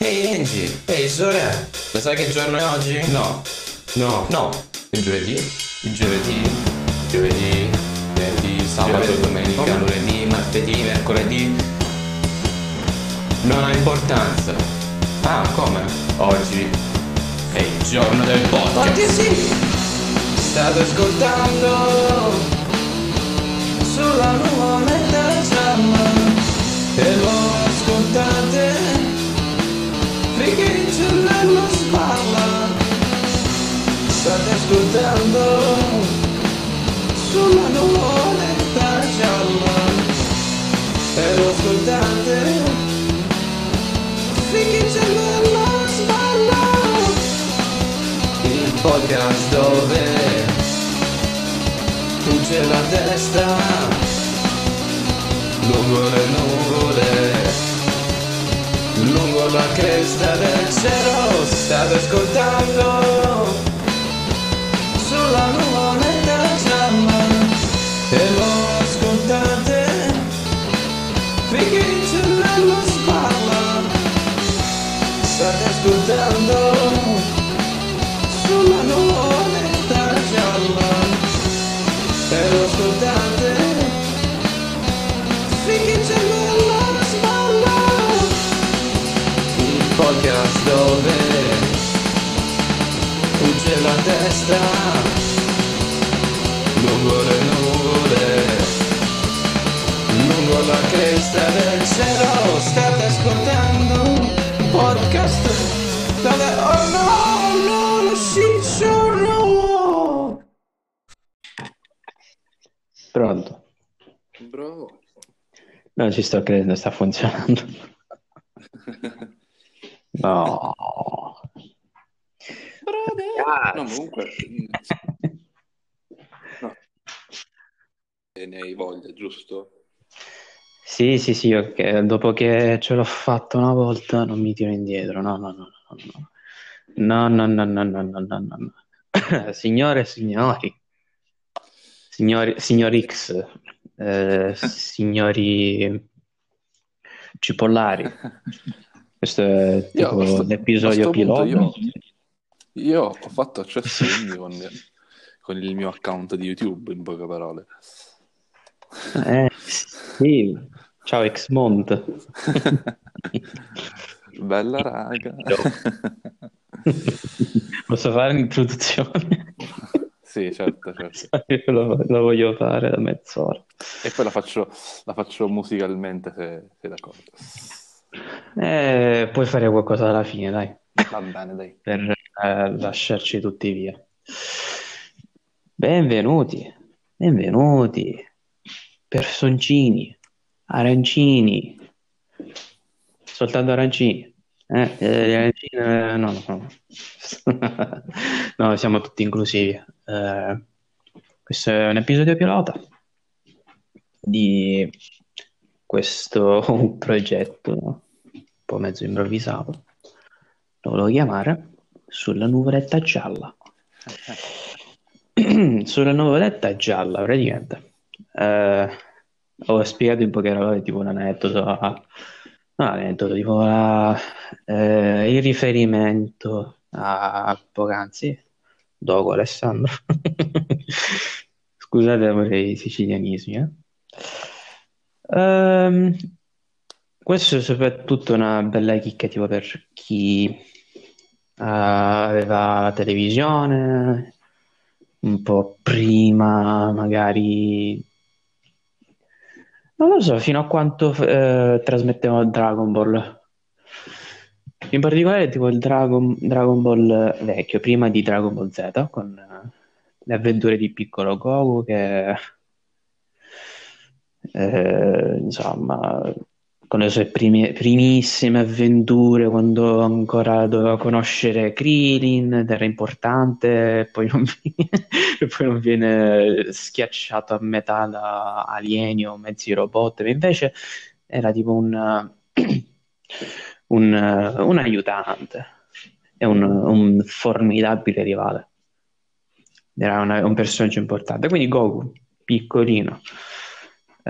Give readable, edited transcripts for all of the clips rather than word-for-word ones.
Ehi Angie, ehi Sore, lo sai che giorno è oggi? No, no, No, il giovedì, il giovedì, giovedì, venerdì, sabato, giovedì, domenica, come? lunedì, martedì, mercoledì, non ha importanza. Ah, come? Oggi è il giorno del podcast. Oddio sì! State ascoltando sulla nuvoletta gialla e lo ascoltate finché il cervello sballa. State ascoltando sulla nuvoletta gialla e lo ascoltate finché il cervello sballa. Il podcast dove fugge la testa lungo le nuvole, lungo la cresta del cielo. State ascoltando sulla nuvoletta gialla e lo ascoltate finché il cervello sballa. State ascoltando sulla nuvoletta gialla e lo ascoltate finché il cervello sballa. Il podcast dove fugge la testa lungo le nuvole, lungo la cresta del cielo. State ascoltando podcast dove oh no, no, ci sono. Pronto? Bravo. Non ci sto credendo, sta funzionando. No. No, comunque, no, ne hai voglia, giusto? Sì, ok. Dopo che ce l'ho fatto una volta non mi tiro indietro. No. No. Signore e signori X, signori cipollari. Questo è Io tipo a sto l'episodio punto pilota. io ho fatto accesso quindi con il mio account di YouTube, in poche parole. Sì. Ciao Exmont. Bella raga. Posso fare l'introduzione? Sì, certo. Lo voglio fare da mezz'ora. E poi la faccio musicalmente, se sei d'accordo. Puoi fare qualcosa alla fine, dai, Va bene, dai. per lasciarci tutti via. Benvenuti, personcini, arancini, soltanto arancini. Gli arancini, no. No, siamo tutti inclusivi. Questo è un episodio pilota di questo progetto un po' mezzo improvvisato. Lo volevo chiamare Sulla nuvoletta gialla. Sulla nuvoletta gialla, praticamente. Ho spiegato in poche parole tipo un aneddoto, tipo il riferimento a poc'anzi, dopo Alessandro. Scusate per i sicilianismi, questo è soprattutto una bella chicca tipo per chi aveva la televisione un po' prima, magari non lo so, fino a quanto trasmettevano Dragon Ball. In particolare tipo il Dragon Ball vecchio, prima di Dragon Ball Z, con le avventure di Piccolo Goku che insomma, con le sue primissime avventure, quando ancora doveva conoscere Krillin ed era importante, e poi non viene schiacciato a metà da alieni o mezzi robot, ma invece era tipo un aiutante e un formidabile rivale. Era un personaggio importante. Quindi Goku, piccolino,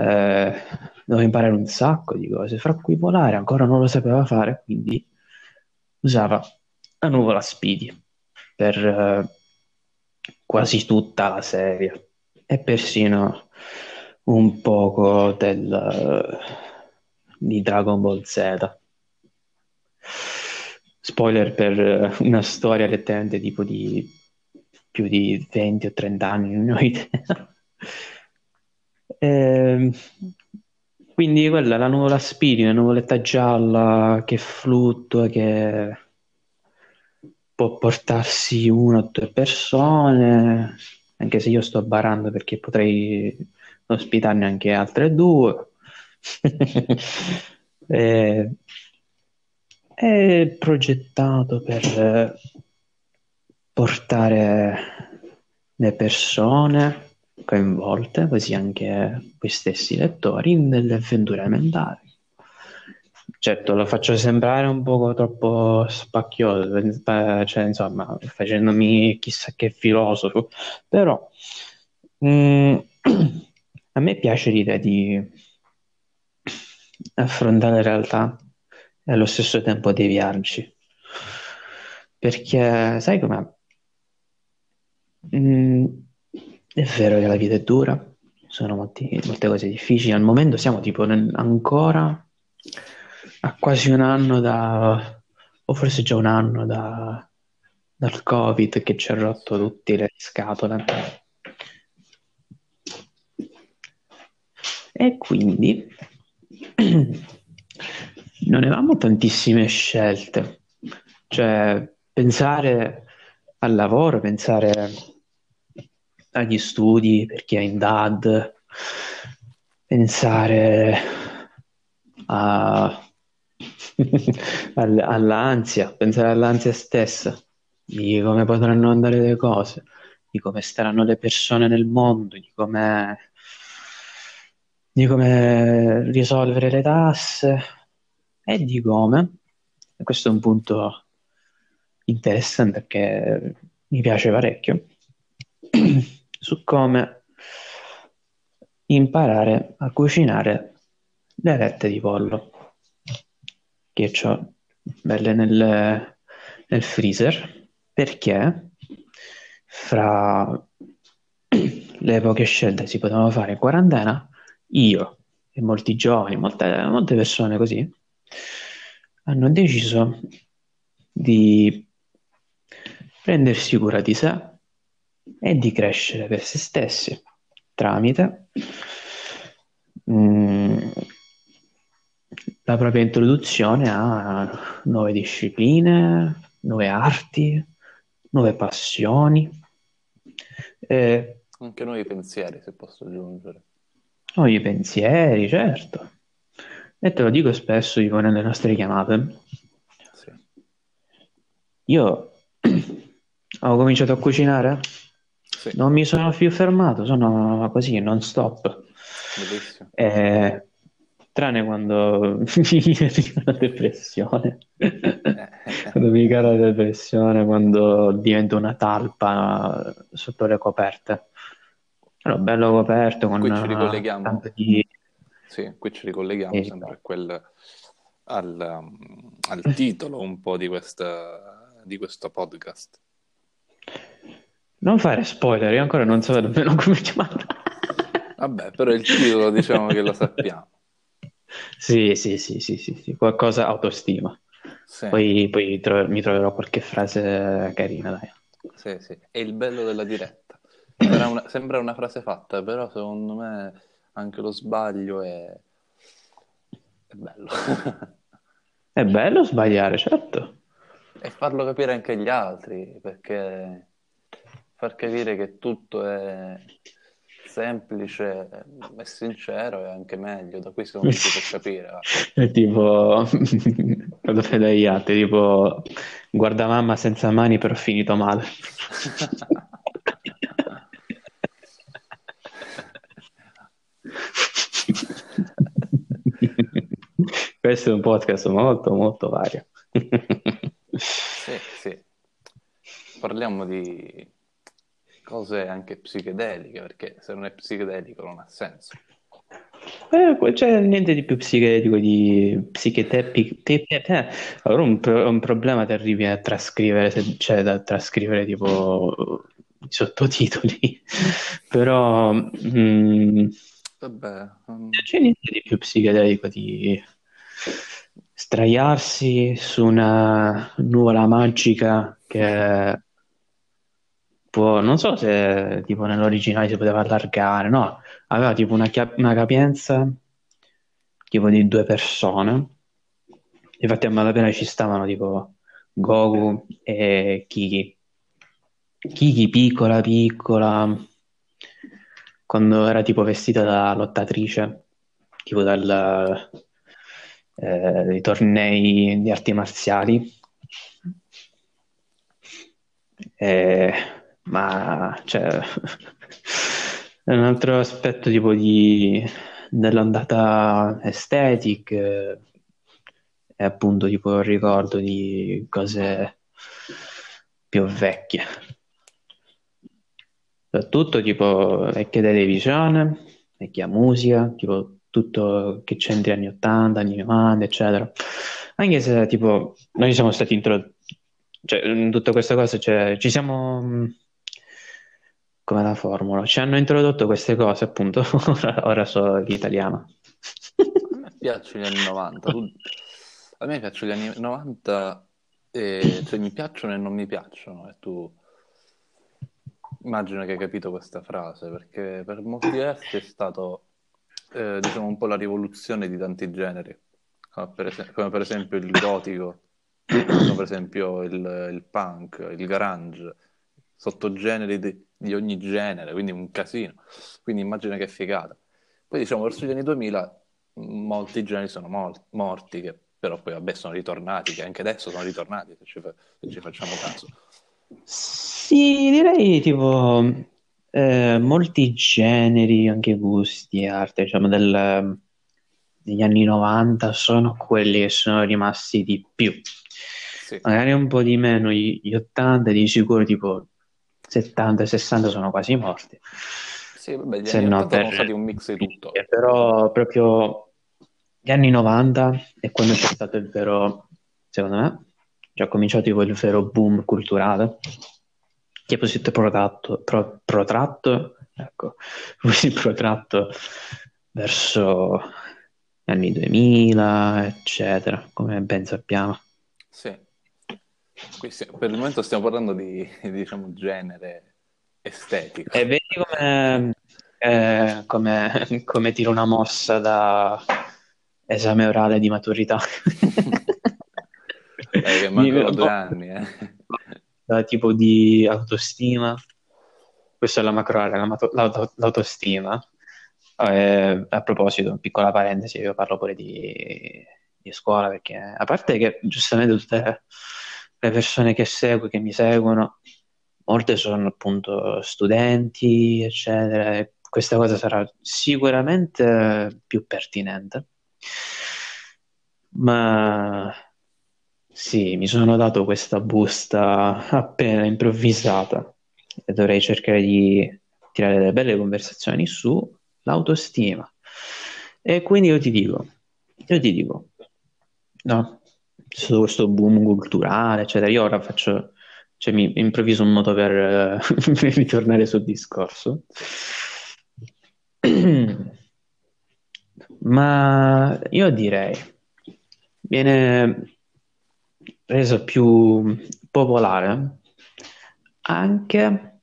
doveva imparare un sacco di cose, fra cui volare ancora non lo sapeva fare, quindi usava la nuvola Speedy per quasi tutta la serie e persino un poco di Dragon Ball Z. Spoiler per una storia letteralmente tipo di più di 20 o 30 anni, non ho idea. Ehm, quindi quella è la nuvola Speedy, una nuvoletta gialla che fluttua, che può portarsi una o due persone, anche se io sto barando perché potrei ospitarne anche altre due. Eh, è progettato per portare le persone coinvolte, così anche voi stessi lettori, in delle avventure elementari. Certo, lo faccio sembrare un poco troppo spacchioso, cioè, insomma, facendomi chissà che filosofo, però mm, a me piace l'idea di affrontare la realtà e allo stesso tempo deviarci. Perché, sai com'è? Mm, è vero che la vita è dura, sono molte cose difficili. Al momento siamo tipo ancora a quasi un anno o forse già un anno dal Covid che ci ha rotto Sì. tutte le scatole. E quindi non avevamo tantissime scelte, cioè pensare al lavoro, pensare agli studi per chi è in DAD, pensare a- all'ansia, pensare all'ansia stessa, di come potranno andare le cose, di come staranno le persone nel mondo, di come risolvere le tasse e di come, e questo è un punto interessante perché mi piace parecchio, su come imparare a cucinare le alette di pollo che ho belle nel freezer perché fra le poche scelte che si potevano fare in quarantena, io e molti giovani, molte persone così, hanno deciso di prendersi cura di sé e di crescere per se stessi tramite mm, la propria introduzione a nuove discipline, nuove arti, nuove passioni, eh, Anche noi pensieri, se posso aggiungere. nuovi pensieri, certo. E te lo dico spesso, tipo nelle nostre chiamate. Sì, Io ho cominciato a cucinare, sì, non mi sono più fermato, sono così, non stop. bellissimo. Tranne quando mi arriva la depressione. Eh, Quando mi cala la depressione, quando divento una talpa sotto le coperte. Allora, bello coperto con Qui ci tanto ricolleghiamo, di... sì, qui ci ricolleghiamo sempre al titolo un po' di questo podcast. Non fare spoiler, io ancora non so nemmeno come chiamarla. Vabbè, però il titolo diciamo che lo sappiamo. Sì, sì, sì, sì, sì, sì, qualcosa autostima. Sì, Poi mi troverò qualche frase carina, dai. sì, sì. È il bello della diretta. Sembra una frase fatta, però secondo me anche lo sbaglio è bello. È bello sbagliare, certo. E farlo capire anche agli altri, perché far capire che tutto è semplice e sincero è anche meglio, da qui secondo me si può capire. Va. È tipo, quando fai dagli altri, tipo, guarda mamma senza mani però ho finito male. Questo è un podcast molto, molto vario. Sì, sì. Parliamo di cose anche psichedeliche, perché se non è psichedelico non ha senso. C'è niente di più psichedelico di allora un problema terribile a trascrivere, se c'è da trascrivere tipo i sottotitoli, però Vabbè, c'è niente di più psichedelico di straiarsi su una nuvola magica che può, non so se tipo nell'originale si poteva allargare, no, aveva tipo una capienza tipo di 2 persone. Infatti a malapena ci stavano tipo Goku e Kiki. Kiki piccola piccola, quando era tipo vestita da lottatrice, tipo dei tornei di arti marziali. Eh, ma cioè, è un altro aspetto tipo dell'ondata aesthetic, è appunto tipo il ricordo di cose più vecchie. Soprattutto tipo vecchia televisione, vecchia musica, tipo tutto che c'entri anni 80, anni 90, eccetera. Anche se tipo noi siamo stati introdotti, cioè in tutta questa cosa ci siamo, come la formula, ci hanno introdotto queste cose appunto, ora so l'italiano. a me piacciono gli anni 90. A me piacciono gli anni 90, cioè mi piacciono e non mi piacciono. E tu immagino che hai capito questa frase, perché per molti versi è stato, diciamo, un po' la rivoluzione di tanti generi, come per esempio il gotico, come per esempio il punk, il garage, sottogeneri di ogni genere, quindi un casino. Quindi immagina che figata. Poi diciamo verso gli anni 2000 molti generi sono morti, che però poi vabbè sono ritornati, che anche adesso sono ritornati, se ci facciamo caso. Sì, direi tipo molti generi, anche gusti, arte, diciamo, degli anni 90 sono quelli che sono rimasti di più. Sì, Magari un po' di meno gli 80, di sicuro tipo 70 e 60 sono quasi morti. sì, vabbè, gli Se anni no 80 per sono stati un mix di tutto. però proprio gli anni 90 è quando c'è stato il vero, secondo me, già cominciato tipo il vero boom culturale, che poi si è protratto, ecco, poi si è protratto verso gli anni 2000, eccetera, come ben sappiamo. Sì. Qui per il momento stiamo parlando di, diciamo, genere estetico. E vedi come tiro una mossa da esame orale di maturità. Che Mi- mancano 2 anni, eh. Da tipo di autostima, questa è la macro area, l'autostima. A proposito, piccola parentesi, io parlo pure di scuola perché, a parte che giustamente tutte le persone che seguo, che mi seguono, molte sono appunto studenti, eccetera, e questa cosa sarà sicuramente più pertinente. Ma sì, mi sono dato questa busta appena improvvisata e dovrei cercare di tirare delle belle conversazioni su l'autostima. E quindi io ti dico, no, su questo boom culturale, eccetera, io ora faccio, cioè mi improvviso un modo per ritornare sul discorso. Ma io direi, viene reso più popolare anche,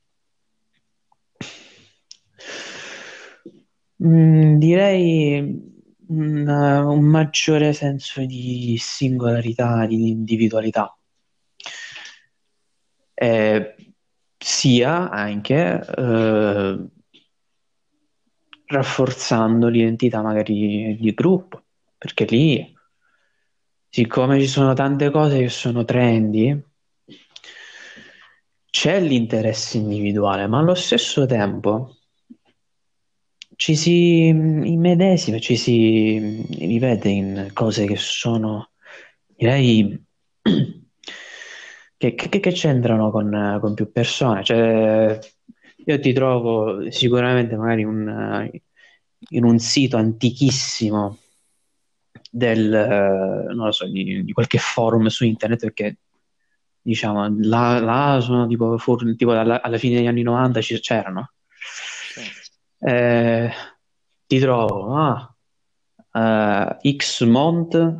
direi, un maggiore senso di singolarità, di individualità. Eh, sia anche rafforzando l'identità magari di gruppo, perché lì, siccome ci sono tante cose che sono trendy, c'è l'interesse individuale, ma allo stesso tempo ci si immedesima, ci si rivede in cose che sono, direi, che c'entrano con più persone. Cioè, io ti trovo sicuramente magari in un sito antichissimo non lo so, di qualche forum su internet, perché diciamo là sono tipo alla fine degli anni 90 c'erano. Sì. Eh, Ti trovo Xmont.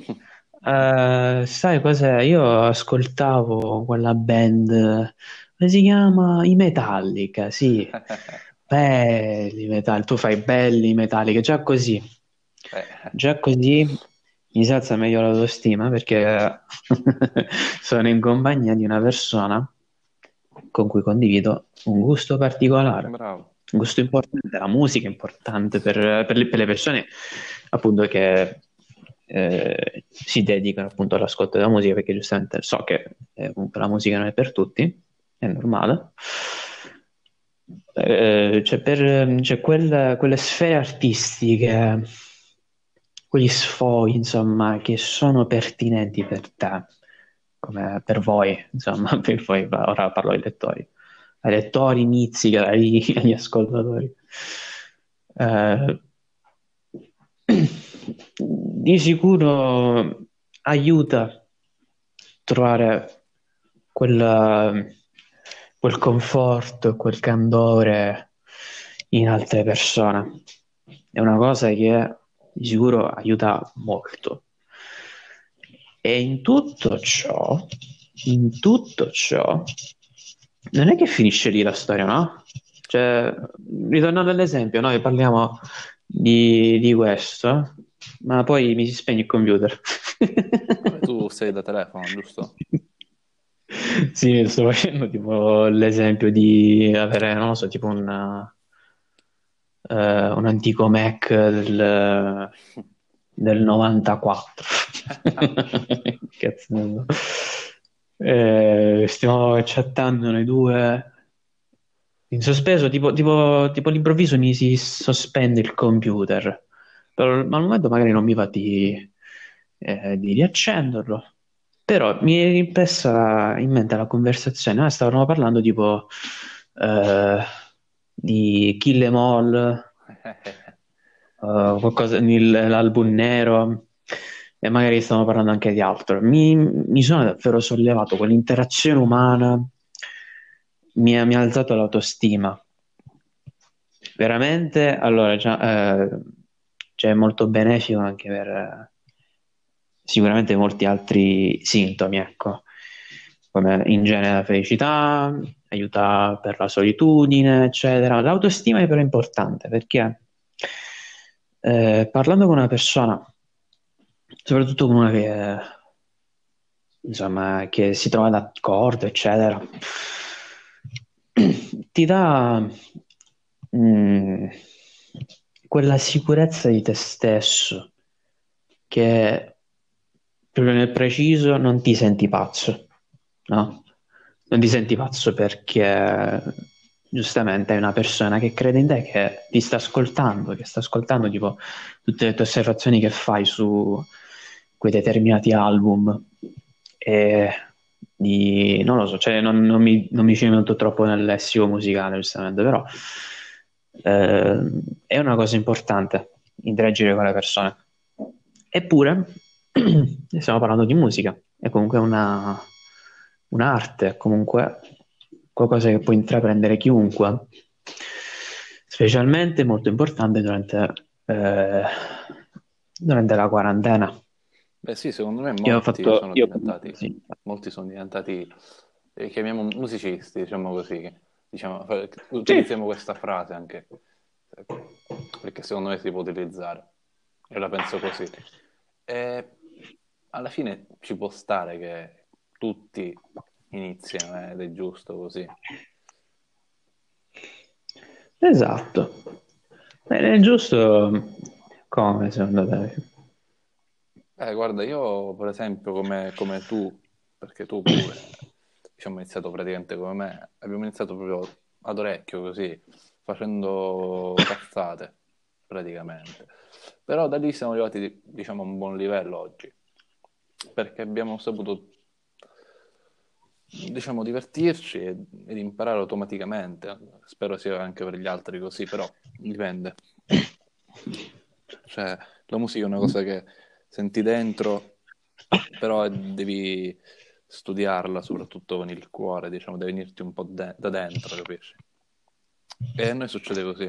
Sai cos'è? Io ascoltavo quella band, come si chiama? I Metallica, sì. Belli Metallica, tu fai belli Metallica, Eh, già così mi si alza meglio l'autostima, perché sono in compagnia di una persona con cui condivido un gusto particolare, bravo. un gusto importante. La musica è importante per le persone appunto che si dedicano appunto all'ascolto della musica, perché giustamente so che comunque la musica non è per tutti, è normale. C'è quelle sfere artistiche, quegli sfoghi, insomma, che sono pertinenti per te, come per voi, insomma, per voi, ora parlo ai lettori, Mizzica, agli ascoltatori. Eh, di sicuro aiuta a trovare quel conforto, quel candore in altre persone. È una cosa che di sicuro aiuta molto. E in tutto ciò, non è che finisce lì la storia, no? Cioè, ritornando all'esempio, noi parliamo di questo, ma poi mi si spegne il computer. Vabbè, tu sei da telefono, giusto? Sì, sto facendo tipo l'esempio di avere, non lo so, tipo un antico Mac del 94. Cazzo ne so. Stiamo chattando noi due in sospeso, tipo all'improvviso mi si sospende il computer. Ma al momento magari non mi va di riaccenderlo. Però mi è impressa in mente la conversazione. Stavamo parlando tipo di Kill Em All, qualcosa, l'album nero, e magari stiamo parlando anche di altro. Mi sono davvero sollevato, quell'interazione umana mi ha alzato l'autostima. Veramente, allora, c'è molto benefico anche per sicuramente molti altri sintomi, ecco, come in genere la felicità, aiuta per la solitudine, eccetera. L'autostima è però importante, perché parlando con una persona, soprattutto con una che, insomma, che si trova d'accordo, eccetera, ti dà mm, quella sicurezza di te stesso che proprio nel preciso non ti senti pazzo, no? Non ti senti pazzo perché giustamente è una persona che crede in te, che ti sta ascoltando, che sta ascoltando tipo tutte le tue osservazioni che fai su quei determinati album, e non lo so, cioè non mi cimento troppo nel lessico musicale, giustamente, però è una cosa importante interagire con le persone. Eppure, stiamo parlando di musica, è comunque un'arte, è comunque qualcosa che può intraprendere chiunque, specialmente molto importante durante la quarantena. Beh sì, secondo me Io ho fatto, io, sì. molti sono diventati, chiamiamo musicisti, diciamo così. Diciamo, Sì, utilizziamo questa frase anche, perché secondo me si può utilizzare. Io la penso così. E alla fine ci può stare che tutti iniziano, ed è giusto così. esatto. È giusto come, secondo te? Guarda, io per esempio come tu, perché tu pure, diciamo, hai iniziato praticamente come me, abbiamo iniziato proprio ad orecchio così, facendo cazzate, praticamente. Però da lì siamo arrivati, diciamo, a un buon livello oggi, perché abbiamo saputo, diciamo, divertirci ed imparare automaticamente. Spero sia anche per gli altri così, però dipende. Cioè, la musica è una cosa che senti dentro, però devi studiarla soprattutto con il cuore, diciamo, deve venirti un po' da dentro, capisci? E a noi succede così.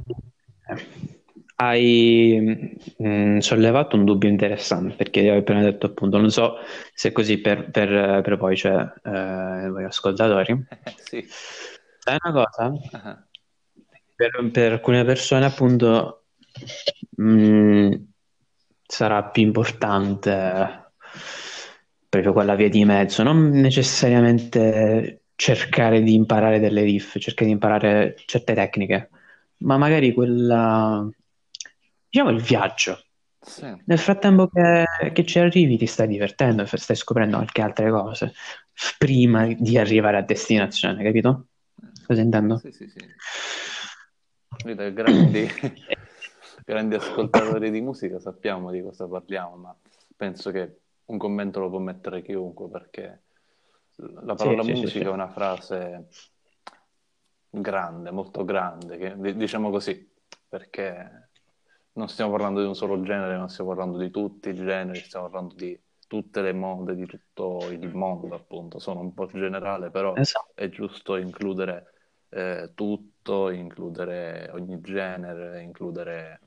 Hai sollevato un dubbio interessante perché hai appena detto appunto, non so se è così per voi, cioè voi ascoltatori, Sì. è una cosa, Ah, per alcune persone appunto mh, sarà più importante proprio quella via di mezzo, non necessariamente cercare di imparare delle riff, cercare di imparare certe tecniche, ma magari quella, diciamo il viaggio. sì. Nel frattempo che ci arrivi ti stai divertendo e stai scoprendo anche altre cose prima di arrivare a destinazione, capito? Cosa intendo? Sì, sì, sì. Noi da grandi, grandi ascoltatori di musica sappiamo di cosa parliamo, ma penso che un commento lo può mettere chiunque, perché la Sì, parola sì, sì, sì. musica è una frase grande, molto grande, diciamo così, perché non stiamo parlando di un solo genere, non stiamo parlando di tutti i generi, stiamo parlando di tutte le mode, di tutto il mondo, appunto. Sono un po' generale, però Esatto. è giusto includere tutto, includere ogni genere, includere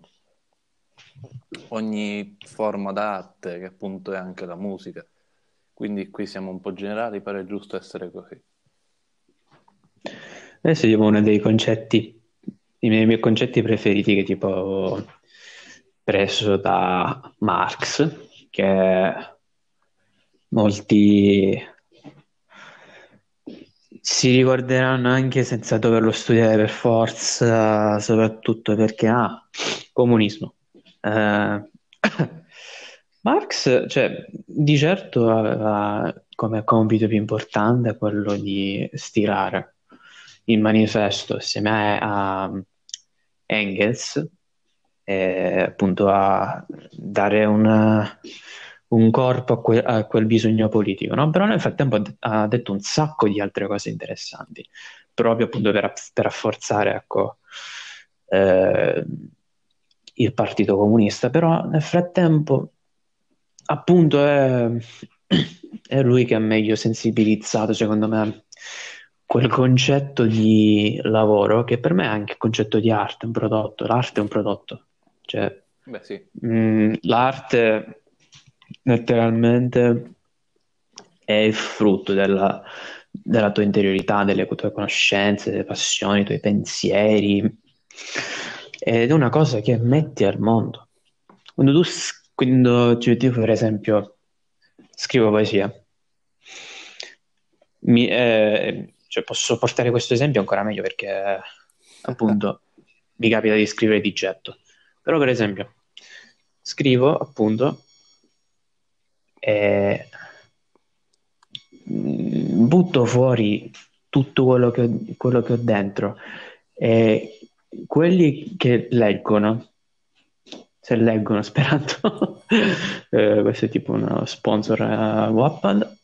ogni forma d'arte, che appunto è anche la musica. Quindi qui siamo un po' generali, però è giusto essere così. Adesso tipo uno dei concetti, i miei concetti preferiti che tipo ho preso da Marx, che molti si ricorderanno anche senza doverlo studiare per forza, soprattutto perché comunismo. Eh, Marx, cioè, di certo aveva come compito più importante quello di stilare il manifesto assieme a Engels, appunto a dare un corpo a quel bisogno politico, no? Però nel frattempo ha detto un sacco di altre cose interessanti, proprio appunto per rafforzare, ecco, eh, il Partito Comunista. Però nel frattempo, appunto, è lui che ha meglio sensibilizzato, secondo me, quel concetto di lavoro che per me è anche il concetto di arte, un prodotto. L'arte è un prodotto. Cioè, Beh, sì, l'arte letteralmente è il frutto della tua interiorità, delle tue conoscenze, delle passioni, dei tuoi pensieri. Ed è una cosa che metti al mondo. Quando io, per esempio, scrivo poesia, cioè posso portare questo esempio ancora meglio perché appunto mi capita di scrivere di getto. Però per esempio scrivo appunto e butto fuori tutto quello che ho dentro e quelli che leggono, se leggono sperando, questo è tipo uno sponsor a Wattpad,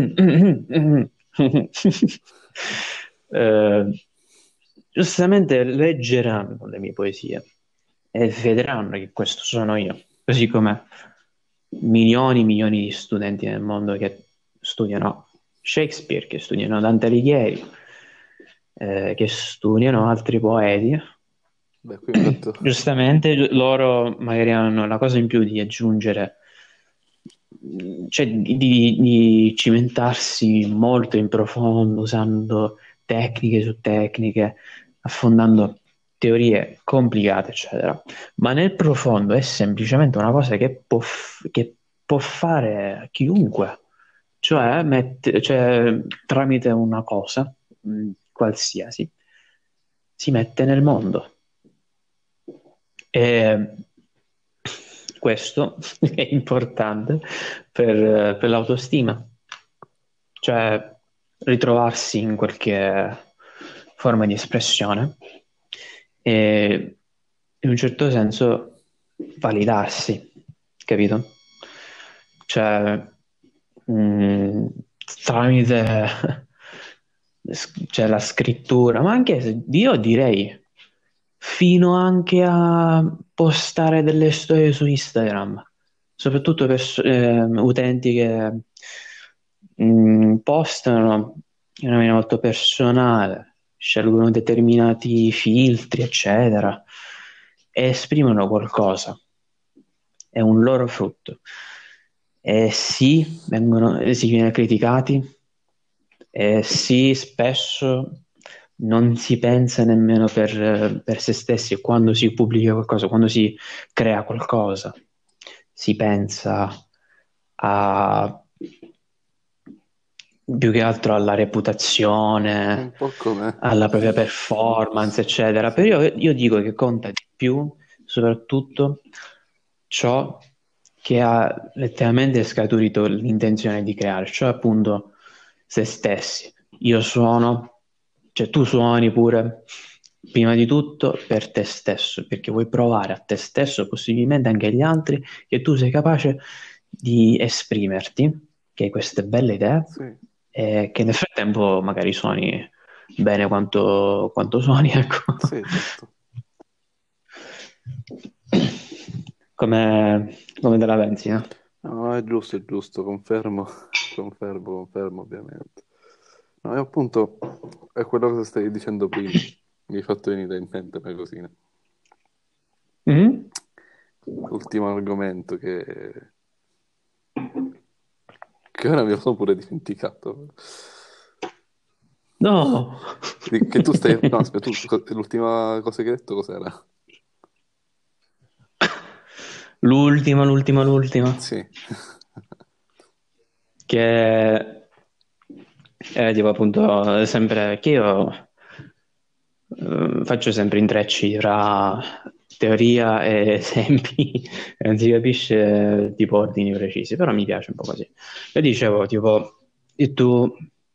giustamente leggeranno le mie poesie e vedranno che questo sono io, così come milioni e milioni di studenti nel mondo che studiano Shakespeare, che studiano Dante Alighieri, che studiano altri poeti. beh, qui mi hai fatto... Giustamente loro magari hanno la cosa in più di aggiungere, cioè di cimentarsi molto in profondo, usando tecniche su tecniche, affondando teorie complicate, eccetera. Ma nel profondo è semplicemente una cosa che può fare chiunque, cioè tramite una cosa qualsiasi si mette nel mondo. E questo è importante per l'autostima, cioè ritrovarsi in qualche forma di espressione e in un certo senso validarsi, capito? Cioè, mh, tramite cioè, la scrittura, ma anche io direi fino anche a postare delle storie su Instagram, soprattutto per utenti che postano in una maniera molto personale, scelgono determinati filtri, eccetera, e esprimono qualcosa. È un loro frutto. E sì, si viene criticati, e sì, spesso non si pensa nemmeno per se stessi, e quando si pubblica qualcosa, quando si crea qualcosa, si pensa a più che altro alla reputazione, Un po' come... alla propria performance, eccetera. Sì, Però io dico che conta di più, soprattutto ciò che ha letteralmente scaturito l'intenzione di creare, cioè appunto se stessi. Io suono, cioè tu suoni pure, prima di tutto per te stesso, perché vuoi provare a te stesso, possibilmente anche agli altri, che tu sei capace di esprimerti, che hai queste belle idee, sì. e che nel frattempo magari suoni bene quanto suoni, ecco. Sì, certo. Come te la pensi, no? No, è giusto, confermo, confermo, ovviamente. No, e appunto, è quello che stavi dicendo prima, mi hai fatto venire in mente una cosina. Mhm. L'ultimo argomento che ora mi sono pure dimenticato. No! Che tu stai... No, aspetta, l'ultima cosa che hai detto cos'era? L'ultima, Sì. che è tipo appunto sempre che io faccio sempre intrecci tra teoria e esempi e non si capisce tipo ordini precisi, però mi piace un po' così. E dicevo tipo, e tu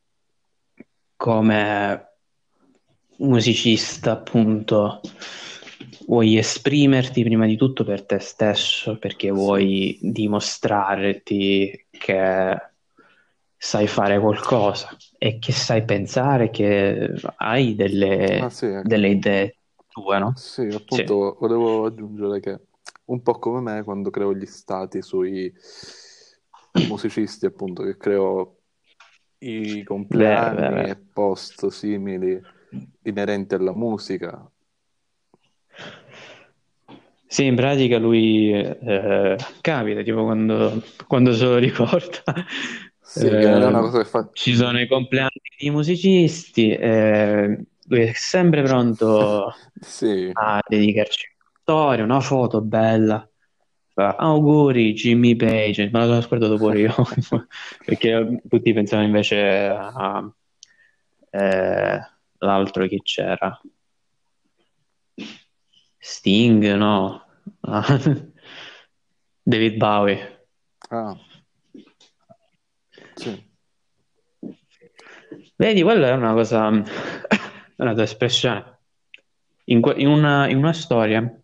come musicista appunto vuoi esprimerti prima di tutto per te stesso, perché Sì. vuoi dimostrarti che sai fare qualcosa e che sai pensare, che hai Ah, sì, ecco. delle idee tue, no? Sì, Sì. appunto, volevo aggiungere che un po' come me quando creo gli stati sui musicisti, appunto, che creo i Vero, vero, compleanni vero. e post simili inerenti alla musica. Sì, in pratica lui capita, tipo quando se lo ricorda, Sì, che non è una cosa che fa... ci sono i compleanni di musicisti, lui è sempre pronto Sì, a dedicarci una storia, una foto bella. Fa, auguri Jimmy Page, me la sono scordato pure io, perché tutti pensavano invece a eh, l'altro che c'era. Sting, no? Ah, David Bowie. ah, sì, Vedi, quella è una cosa, una tua espressione. In una storia,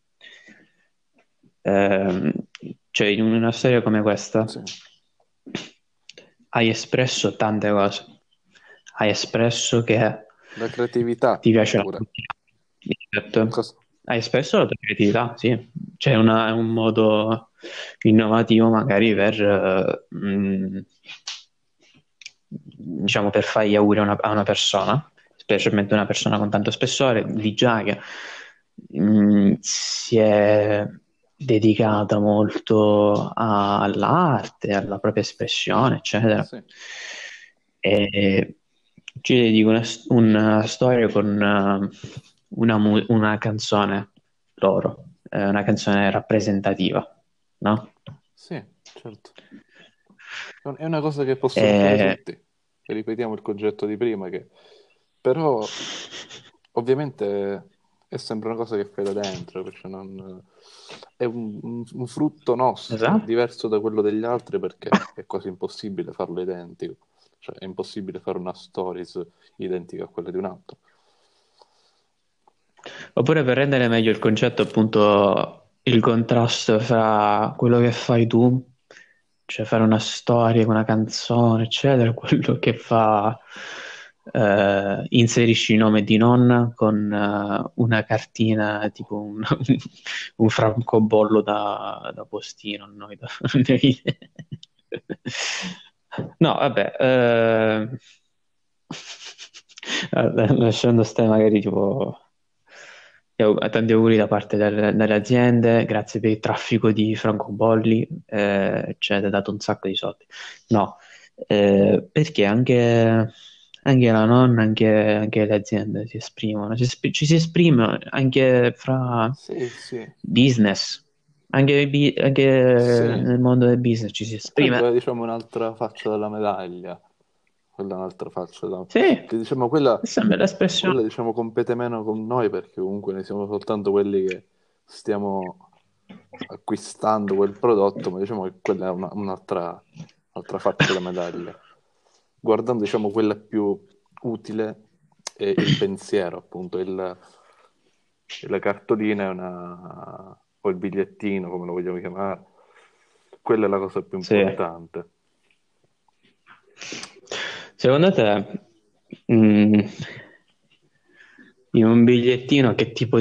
ehm, cioè in una storia come questa, sì. hai espresso tante cose. Hai espresso che La creatività ti piace la pure. musica. Certo. Cos- Hai espresso la tua creatività, sì. C'è è un modo innovativo magari diciamo, per fare gli auguri a una persona, specialmente una persona con tante spessore, di già che si è dedicata molto all'arte, alla propria espressione, eccetera. sì, E ci dedico una storia con una canzone loro, una canzone rappresentativa, no? sì, certo. È una cosa che possono fare E- tutti. E ripetiamo il concetto di prima, che però ovviamente è sempre una cosa che fai da dentro, perché è un frutto nostro, esatto. diverso da quello degli altri, perché è quasi impossibile farlo identico. Cioè è impossibile fare una stories identica a quella di un altro. Oppure per rendere meglio il concetto, appunto, il contrasto fra quello che fai tu, cioè fare una storia, una canzone, eccetera, quello che fa inserisci il nome di nonna con una cartina tipo un francobollo da postino. No, vabbè, lasciando stare magari tipo tanti auguri da parte delle aziende, grazie per il traffico di francobolli, ci avete dato un sacco di soldi. No, perché anche la nonna, anche le aziende si esprimono, ci si esprime anche fra Sì, sì, business, anche sì. nel mondo del business ci si Quella esprime. è, diciamo, un'altra faccia della medaglia. Quella è un'altra faccia della... Sì, Che, diciamo, quella, questa è una bella espressione. quella, diciamo, compete meno con noi perché comunque ne siamo soltanto quelli che stiamo acquistando quel prodotto, ma diciamo che quella è un'altra faccia della medaglia. Guardando, diciamo, quella più utile è il pensiero, appunto, la cartolina è o il bigliettino, come lo vogliamo chiamare, quella è la cosa più Sì. importante. Secondo te, mm, in un bigliettino che tipo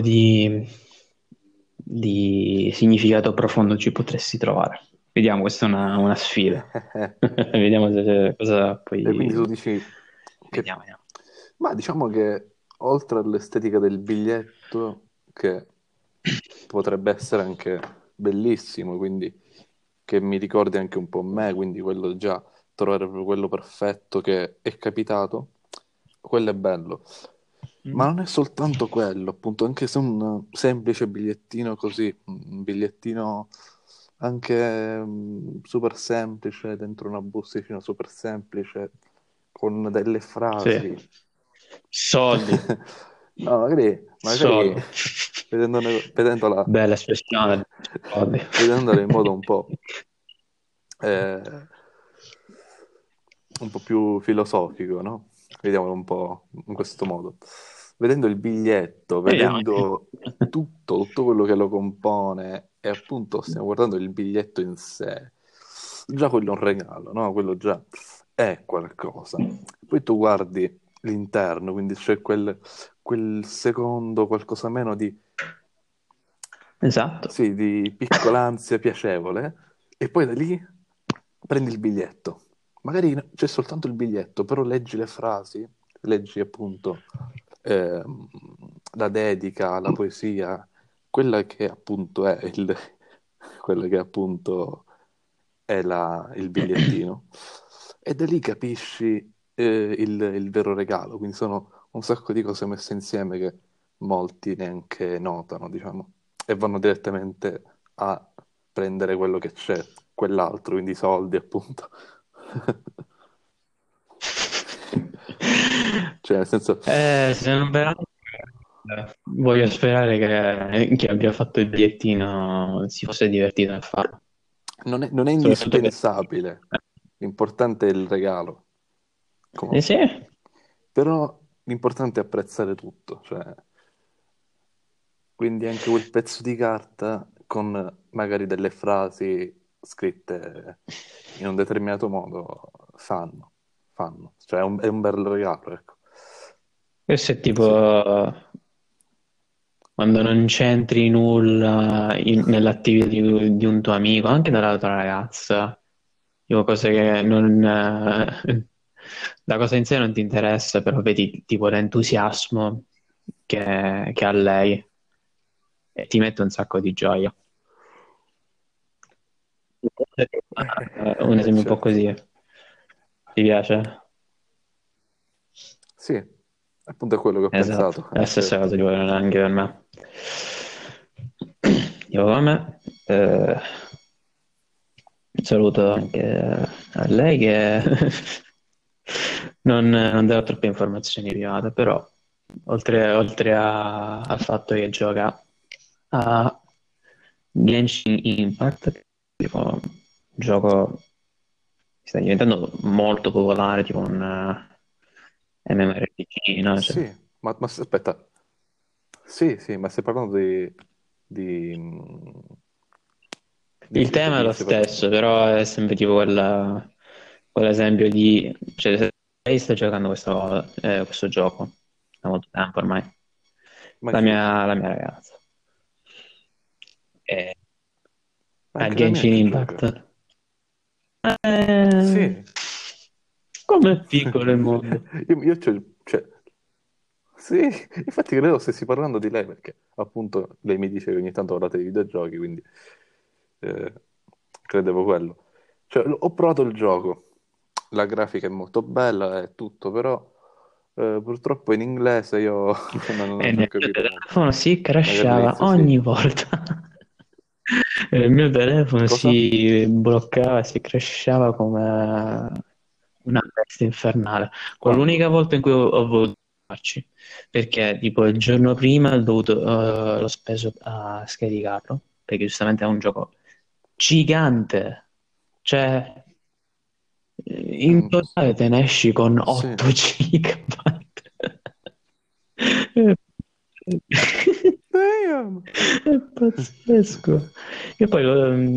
di significato profondo ci potresti trovare? Vediamo, questa è una sfida. Vediamo cosa E quindi tu poi... dici che, Vediamo. ma diciamo che oltre all'estetica del biglietto, che potrebbe essere anche bellissimo, quindi che mi ricordi anche un po' me, quindi quello già, trovare proprio quello perfetto che è capitato, quello è bello. Ma non è soltanto quello, appunto, anche se un semplice bigliettino così, un bigliettino anche super semplice, dentro una bustina super semplice, con delle frasi. Sì. Soldi. No, magari Soldi. vedendola, Bella espressione. Soldi. vedendola in modo eh, un po' più filosofico, no? Vediamolo un po' in questo modo. Vedendo il biglietto, Vediamo. vedendo tutto quello che lo compone, e appunto stiamo guardando il biglietto in sé, già quello è un regalo, no? Quello già è qualcosa. Poi tu guardi l'interno, quindi c'è quel secondo, qualcosa meno di, Esatto. sì, di piccola ansia piacevole, e poi da lì prendi il biglietto. Magari c'è soltanto il biglietto, però leggi le frasi, leggi appunto ehm, la dedica, la poesia, quella che appunto è quella che appunto è il bigliettino, e da lì capisci il vero regalo. Quindi sono un sacco di cose messe insieme che molti neanche notano, diciamo, e vanno direttamente a prendere quello che c'è, quell'altro, quindi i soldi, appunto. Cioè, nel senso, Se non veramente voglio sperare che chi abbia fatto il bigliettino si fosse divertito a farlo. non è Soprattutto per... indispensabile, l'importante è il regalo. Sì, Però l'importante è apprezzare tutto, cioè, quindi anche quel pezzo di carta con magari delle frasi scritte in un determinato modo fanno. Cioè è un bel regalo, ecco. questo è Sì, tipo quando non c'entri nulla nell'attività di un tuo amico, anche dalla tua ragazza, tipo cose che non... la cosa in sé non ti interessa, però vedi tipo l'entusiasmo che ha lei e ti mette un sacco di gioia. Un esempio un po' certo. così. Ti piace? Sì, appunto è quello che ho Esatto, pensato, è la stessa certo. cosa tipo, anche per me. Io per me saluto anche a lei che non darò troppe informazioni private, però oltre al fatto che gioca a Genshin Impact, tipo un gioco che sta diventando molto popolare, tipo un MMORPG, no? Cioè, Sì, ma aspetta, sì, sì, ma stai parlando il tema è di lo stesso, però è sempre tipo quell'esempio di... Cioè, lei sta giocando questo gioco da molto tempo ormai, Ma la chi? mia ragazza. E, a Anche la mia Genshin ci gioca. Impact. Eh, Sì. come è piccolo il mondo. Cioè, sì, infatti credo stessi parlando di lei perché appunto lei mi dice che ogni tanto parlate di videogiochi, quindi eh, credevo quello. Cioè, ho provato il gioco, la grafica è molto bella e tutto, però purtroppo in inglese io non E ci ho nel mio capito molto. telefono si Magari crashava all'inizio sì. ogni volta. Il mio telefono Cosa? si bloccava, si crashava come una bestia infernale. Quando? Quell'unica volta in cui ho voluto farci, perché tipo il giorno prima l'ho speso a scaricarlo, perché giustamente è un gioco gigante, cioè in Mm, totale te ne esci con sì. 8 gigabyte. Damn! È pazzesco. E poi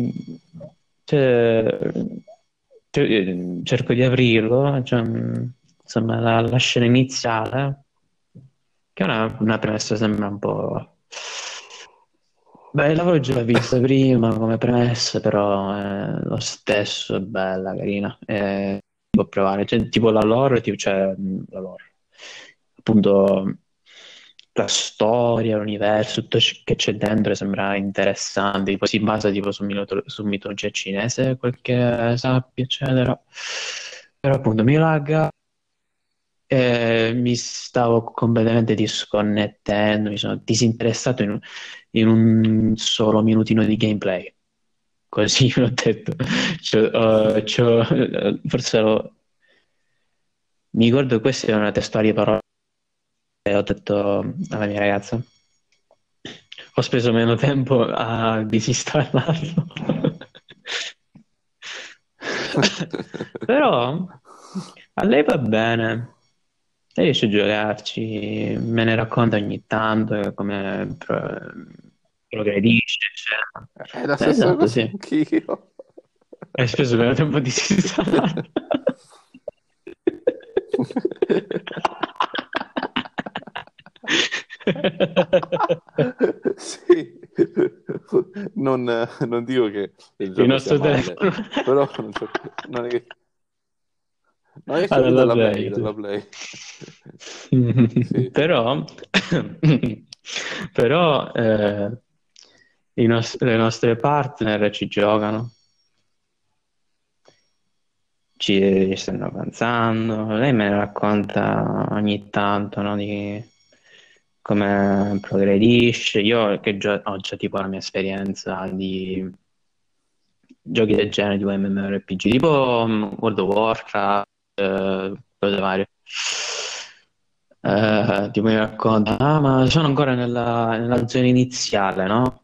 cioè, cerco di aprirlo, cioè, insomma, la scena iniziale, che è una premessa sembra un po'. Beh, l'avevo già vista prima come premessa, però è lo stesso, è bella, carina. Si può provare, cioè, tipo la lore, cioè la lore, appunto la storia, l'universo, tutto che c'è dentro sembra interessante, tipo si basa tipo su mitologia cinese, quel che sappia, eccetera. Però appunto mi lagga e mi stavo completamente disconnettendo, mi sono disinteressato in un solo minutino di gameplay. Così l'ho detto. Mi ricordo che questa è una testuale parola e ho detto alla mia ragazza. Ho speso meno tempo a disinstallarlo. Però a lei va bene. Lei riesce a giocarci, me ne racconta ogni tanto come progredisce, eccetera. È la stessa Esatto, cosa sì. anch'io. Hai speso meno tempo a disinstallarlo. Sì, non dico che il Il gioco sia nostro male, telefono però non è che... No, è ha che della dalla vendita. Play. Sì, Però, però le nostre partner ci giocano, ci stanno avanzando. Lei me ne racconta ogni tanto, no, di come progredisce. Io che ho già tipo la mia esperienza di giochi del genere, tipo MMORPG, tipo World of Warcraft, cose varie. Tipo mi racconta, ma sono ancora nella zona iniziale, no?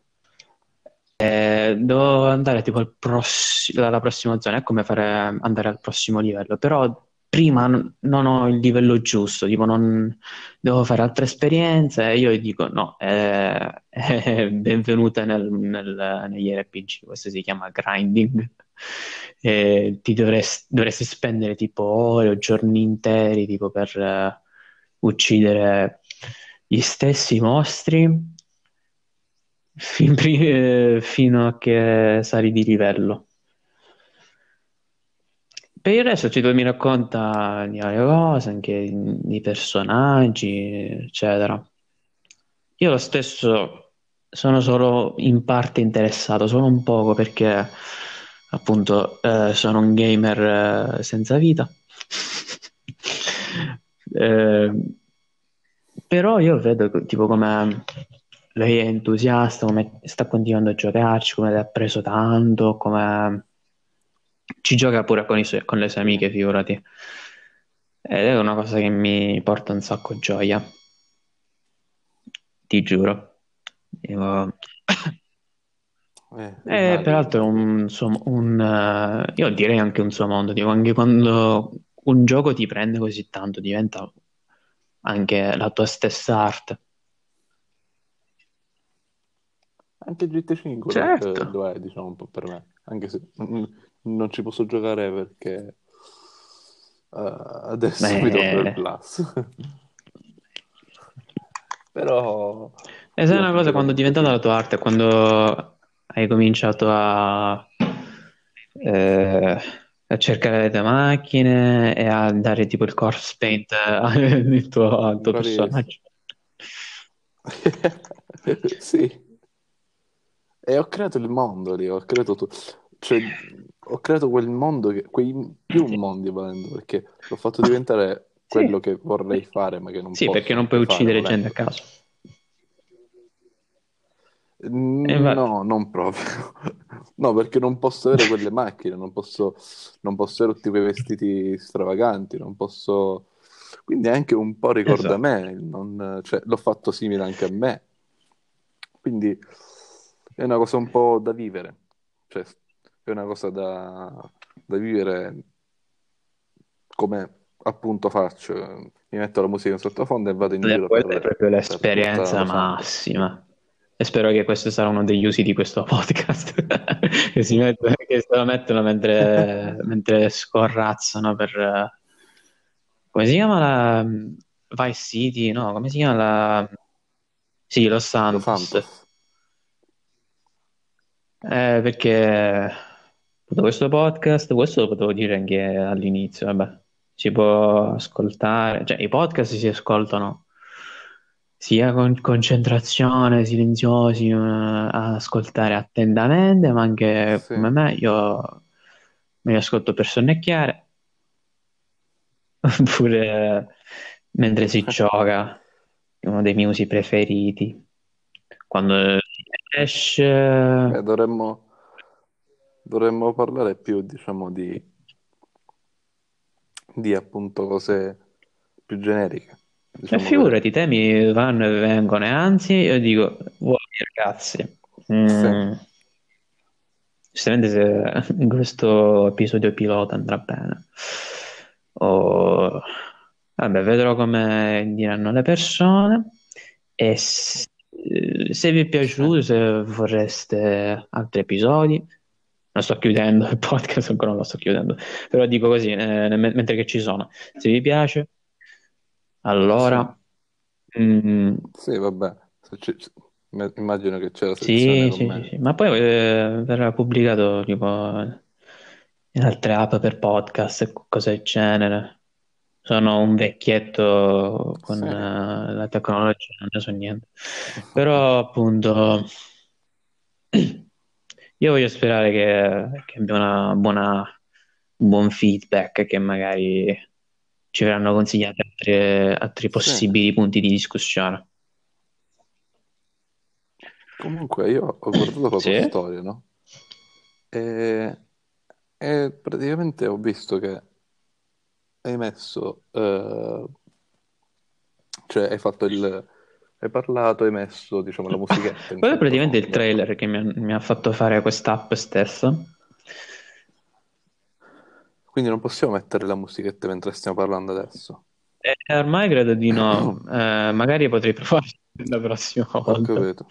Devo andare tipo alla prossima zona, è come fare andare al prossimo livello, però prima non ho il livello giusto, tipo devo fare altre esperienze e io dico no, benvenuta negli RPG, questo si chiama grinding. Dovresti spendere tipo ore o giorni interi tipo per uccidere gli stessi mostri fino a che sali di livello. Per il resto ci mi racconta di varie cose, anche di personaggi, eccetera. Io lo stesso sono solo in parte interessato, solo un poco perché appunto sono un gamer senza vita. Eh, però io vedo tipo come lei è entusiasta, come sta continuando a giocarci, come le ha preso tanto, come ci gioca pure con le sue amiche, figurati. Ed è una cosa che mi porta un sacco gioia, ti giuro. Io, immagino. peraltro è io direi anche un suo mondo, tipo, anche quando un gioco ti prende così tanto, diventa anche la tua stessa arte. Anche GT5 Certo. lo è, diciamo, un po' per me, anche se non ci posso giocare perché Adesso mi compro il Eh, Plus. Però E sai io una cosa, quando è comunque diventata sì. la tua arte, quando hai cominciato eh, a cercare le tue macchine e a dare tipo il corpse paint al tuo Bravissimo. personaggio. Sì. E ho creato il mondo lì, ho creato cioè, ho creato quel mondo, quei più mondi volendo, perché l'ho fatto diventare Sì, quello che vorrei fare, ma che non sì, perché posso non puoi neanche fare uccidere gente a volendo. caso. E infatti, No, non proprio. No, perché non posso avere quelle macchine, non posso avere tutti quei vestiti stravaganti, non posso. Quindi anche un po' ricorda esatto. me, cioè, l'ho fatto simile anche a me. Quindi è una cosa un po' da vivere, cioè è una cosa da vivere come appunto faccio. Mi metto la musica in sottofondo e vado in giro Quella è proprio per tutta l'esperienza Los Angeles. massima. E spero che questo sarà uno degli usi di questo podcast, che se lo mettono mentre scorrazzano come si chiama la Vice City? No, come si chiama la. Sì, Los Los Santos. Santos. Perché tutto questo podcast, questo lo potevo dire anche all'inizio, vabbè, si può ascoltare, cioè i podcast si ascoltano sia con concentrazione, silenziosi, a ascoltare attentamente, ma anche Sì. come me, io me li ascolto per sonnecchiare, oppure mentre si gioca, uno dei miei usi preferiti. Quando si esce. Beh, dovremmo parlare più, diciamo, di appunto cose più generiche, E diciamo che figurati, i temi vanno e vengono, e anzi, io dico, voi ragazzi, sì, giustamente se in questo episodio pilota andrà bene, o vabbè, vedrò come diranno le persone, e se vi è sì. piaciuto, se vorreste altri episodi, non sto chiudendo il podcast, ancora non lo sto chiudendo, però dico così, mentre che ci sono, se vi piace, Sì, allora. Mm, sì, vabbè, immagino che c'è la sezione sì, sì, sì, commenti. sì. Ma poi verrà pubblicato tipo in altre app per podcast e cose del genere. Sono un vecchietto con Sì, la tecnologia, non ne so niente. Però appunto io voglio sperare che abbia un buon feedback, che magari ci verranno consigliati altri sì. possibili punti di discussione. Comunque io ho guardato la tua Sì? storia, no? E, e praticamente ho visto che hai messo, cioè hai parlato, hai messo, diciamo, la musichetta in Quello è praticamente il sottofondo. trailer che mi ha fatto fare quest'app stessa. Quindi non possiamo mettere la musichetta mentre stiamo parlando adesso. Ormai credo di no. Magari potrei provare la prossima Ho volta. capito.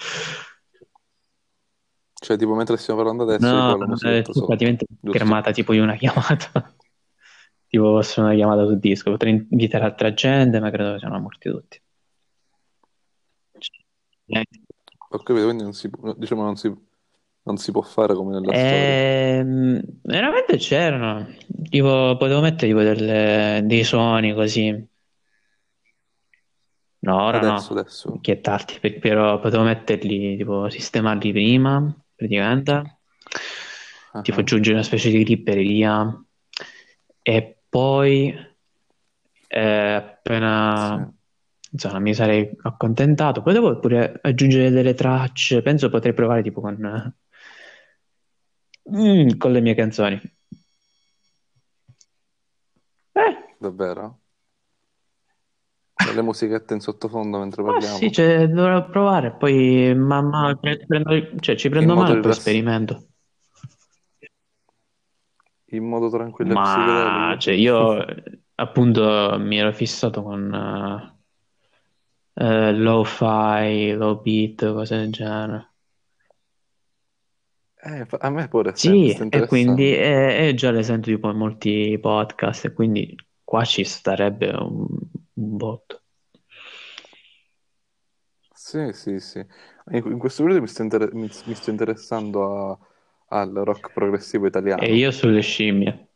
Cioè, tipo, mentre stiamo parlando adesso, io No, con la è musichetta sotto, praticamente giusto? schermata tipo di una chiamata. Tipo fosse una chiamata su disco. Potrei invitare altra gente, ma credo che siano morti tutti. Ho capito, quindi diciamo, non si può fare come nella storia. Veramente c'erano. Tipo, potevo mettere tipo dei suoni così. No, ora Adesso, no, adesso. che è tardi, però potevo metterli, tipo, sistemarli prima, praticamente, tipo Ah, aggiungere una specie di libreria, e poi sì. appena, insomma, mi sarei accontentato. Potevo pure aggiungere delle tracce, penso potrei provare tipo con le mie canzoni. Eh, Davvero? Delle musichette in sottofondo mentre ma sì, parliamo? cioè, dovrò provare, poi man mano cioè, ci In prendo mano modo e poi rilass- sperimento. in modo tranquillo e Ma psichedelico? cioè, io appunto mi ero fissato con lo-fi, low beat, cose del genere. A me pure sta Sì, e quindi interessando. già le sento tipo in molti podcast, e quindi qua ci starebbe un botto. Sì, sì, sì. In questo periodo mi sto interessando al rock progressivo E italiano. io sulle scimmie.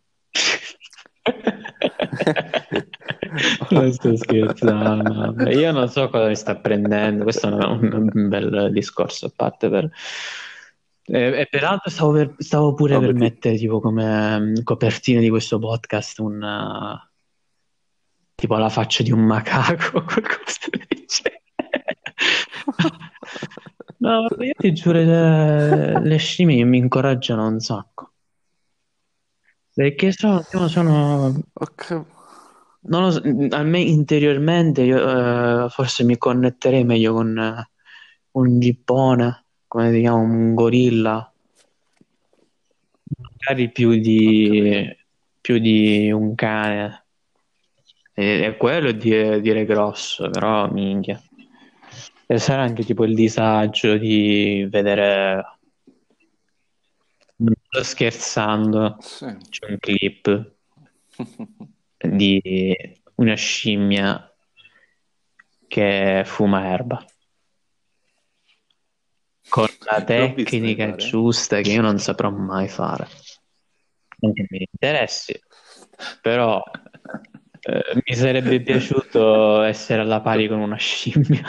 Non sto scherzando, vabbè. Io non so cosa mi sta prendendo, questo è un bel discorso a parte e peraltro stavo pure per Vabbè, mettere tipo come copertina di questo podcast tipo la faccia di un macaco o qualcosa del genere. No, io ti giuro, le scimmie mi incoraggiano un sacco. Perché sono Ok. non lo so, a me interiormente io forse mi connetterei meglio con un gippone, come si chiama, un gorilla, magari Ho capito. più di un cane. E quello è dire grosso, però minchia. E sarà anche tipo il disagio di vedere, non sto scherzando, Sì. c'è un clip di una scimmia che fuma erba con la L'ho visto, mi tecnica pare. giusta che io non saprò mai fare. Non che mi interessi, però mi sarebbe piaciuto essere alla pari con una scimmia.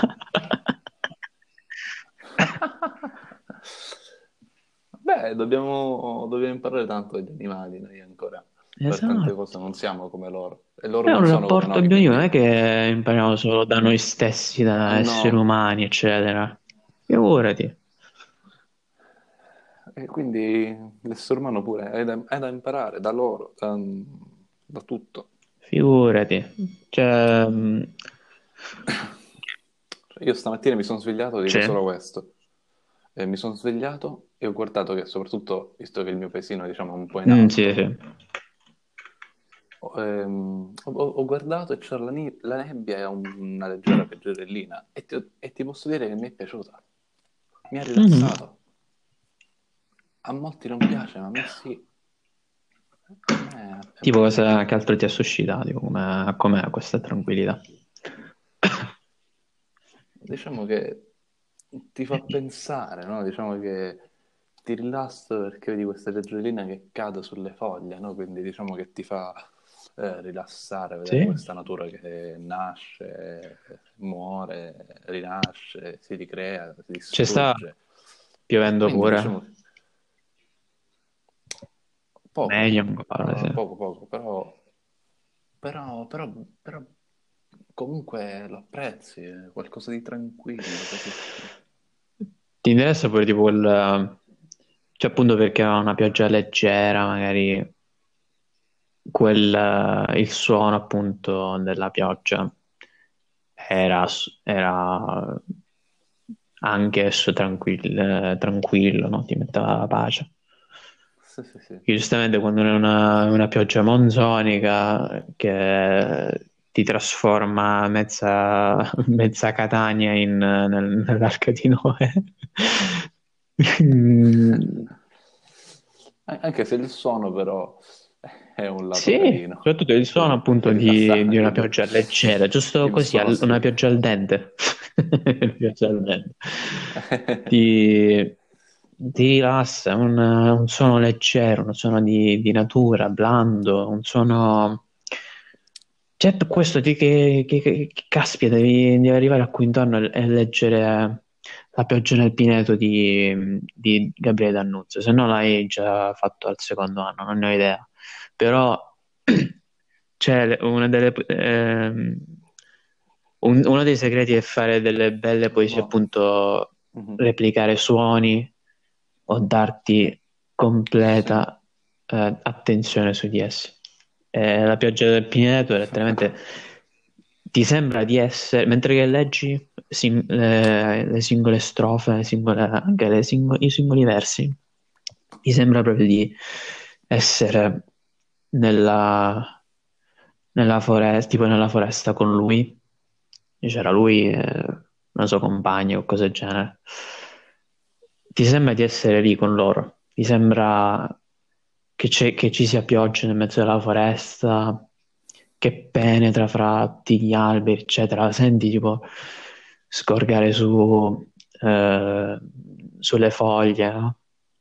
Beh, dobbiamo imparare tanto dagli animali, noi ancora. Per tante Esatto. cose non siamo come loro. E loro È non un sono come rapporto noi, bionico, non quindi... è che impariamo solo da noi stessi, da esseri No. umani, eccetera. Figurati, E quindi l'essere umano pure è da imparare da loro, da tutto. figurati. Cioè, Io stamattina mi sono svegliato, dico cioè, solo questo. Mi sono svegliato e ho guardato che, soprattutto, visto che il mio paesino, diciamo, è un po' in sì, alto, sì. ho guardato e c'era la nebbia e una leggera pioggerellina e ti posso dire che mi è piaciuta. Mi ha Mhm. rilassato. A molti non piace, ma a me sì. A me è Tipo, piaciuto. che altro ti ha suscitato? Tipo, com'è questa tranquillità? Diciamo che ti fa pensare, no? Diciamo che ti rilassa perché vedi questa pioggerellina che cade sulle foglie, no? Quindi diciamo che ti fa rilassare, vedere Sì? questa natura che nasce, muore, rinasce, si ricrea, si Ci sta distrugge. E piovendo quindi pure? diciamo poco, Meglio ancora, sì. poco, poco, però comunque lo apprezzi, è qualcosa di tranquillo, capisci? Ti interessa pure tipo cioè appunto perché era una pioggia leggera, magari il suono appunto della pioggia era anche esso tranquillo, no? Ti metteva la pace. Sì, sì, sì. Che giustamente quando è una pioggia monzonica che ti trasforma mezza Catania nell'Arca di Noè. Mm, Anche se il suono però è un lato sì, carino, soprattutto il suono è appunto di una rilassante, pioggia leggera, giusto il così, suono una sì. pioggia al dente. Una pioggia al dente. Ti, ti rilassa, è un suono leggero, un suono di natura, blando, un suono. Certo, questo che caspita, devi arrivare a qui intorno e leggere La pioggia nel pineto di Gabriele D'Annunzio, se no l'hai già fatto al secondo anno, non ne ho idea. Però c'è uno dei segreti è fare delle belle poesie, No. appunto, Mhm. replicare suoni o darti Sì. completa attenzione su di essi. La pioggia del Pineto letteralmente ti sembra di essere, mentre che leggi le singole strofe, anche i singoli versi, ti sembra proprio di essere nella, nella foresta, tipo nella foresta con lui. C'era lui e una sua compagna o cose del genere. Ti sembra di essere lì con loro, ti sembra che ci sia pioggia nel mezzo della foresta, che penetra fra tutti gli alberi, eccetera. La senti tipo scorgere sulle foglie, no?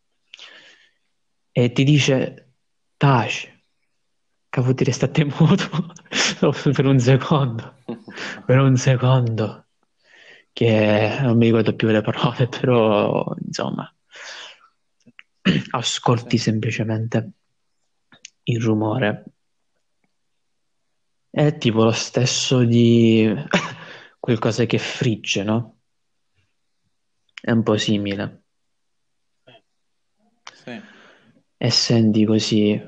E ti dice, taci, cavolo, ti restate muto per un secondo, per un secondo, che non mi ricordo più le parole, però insomma, ascolti Sì. semplicemente il rumore. È tipo lo stesso di qualcosa che frigge, no? È un po' simile. Sì. E senti così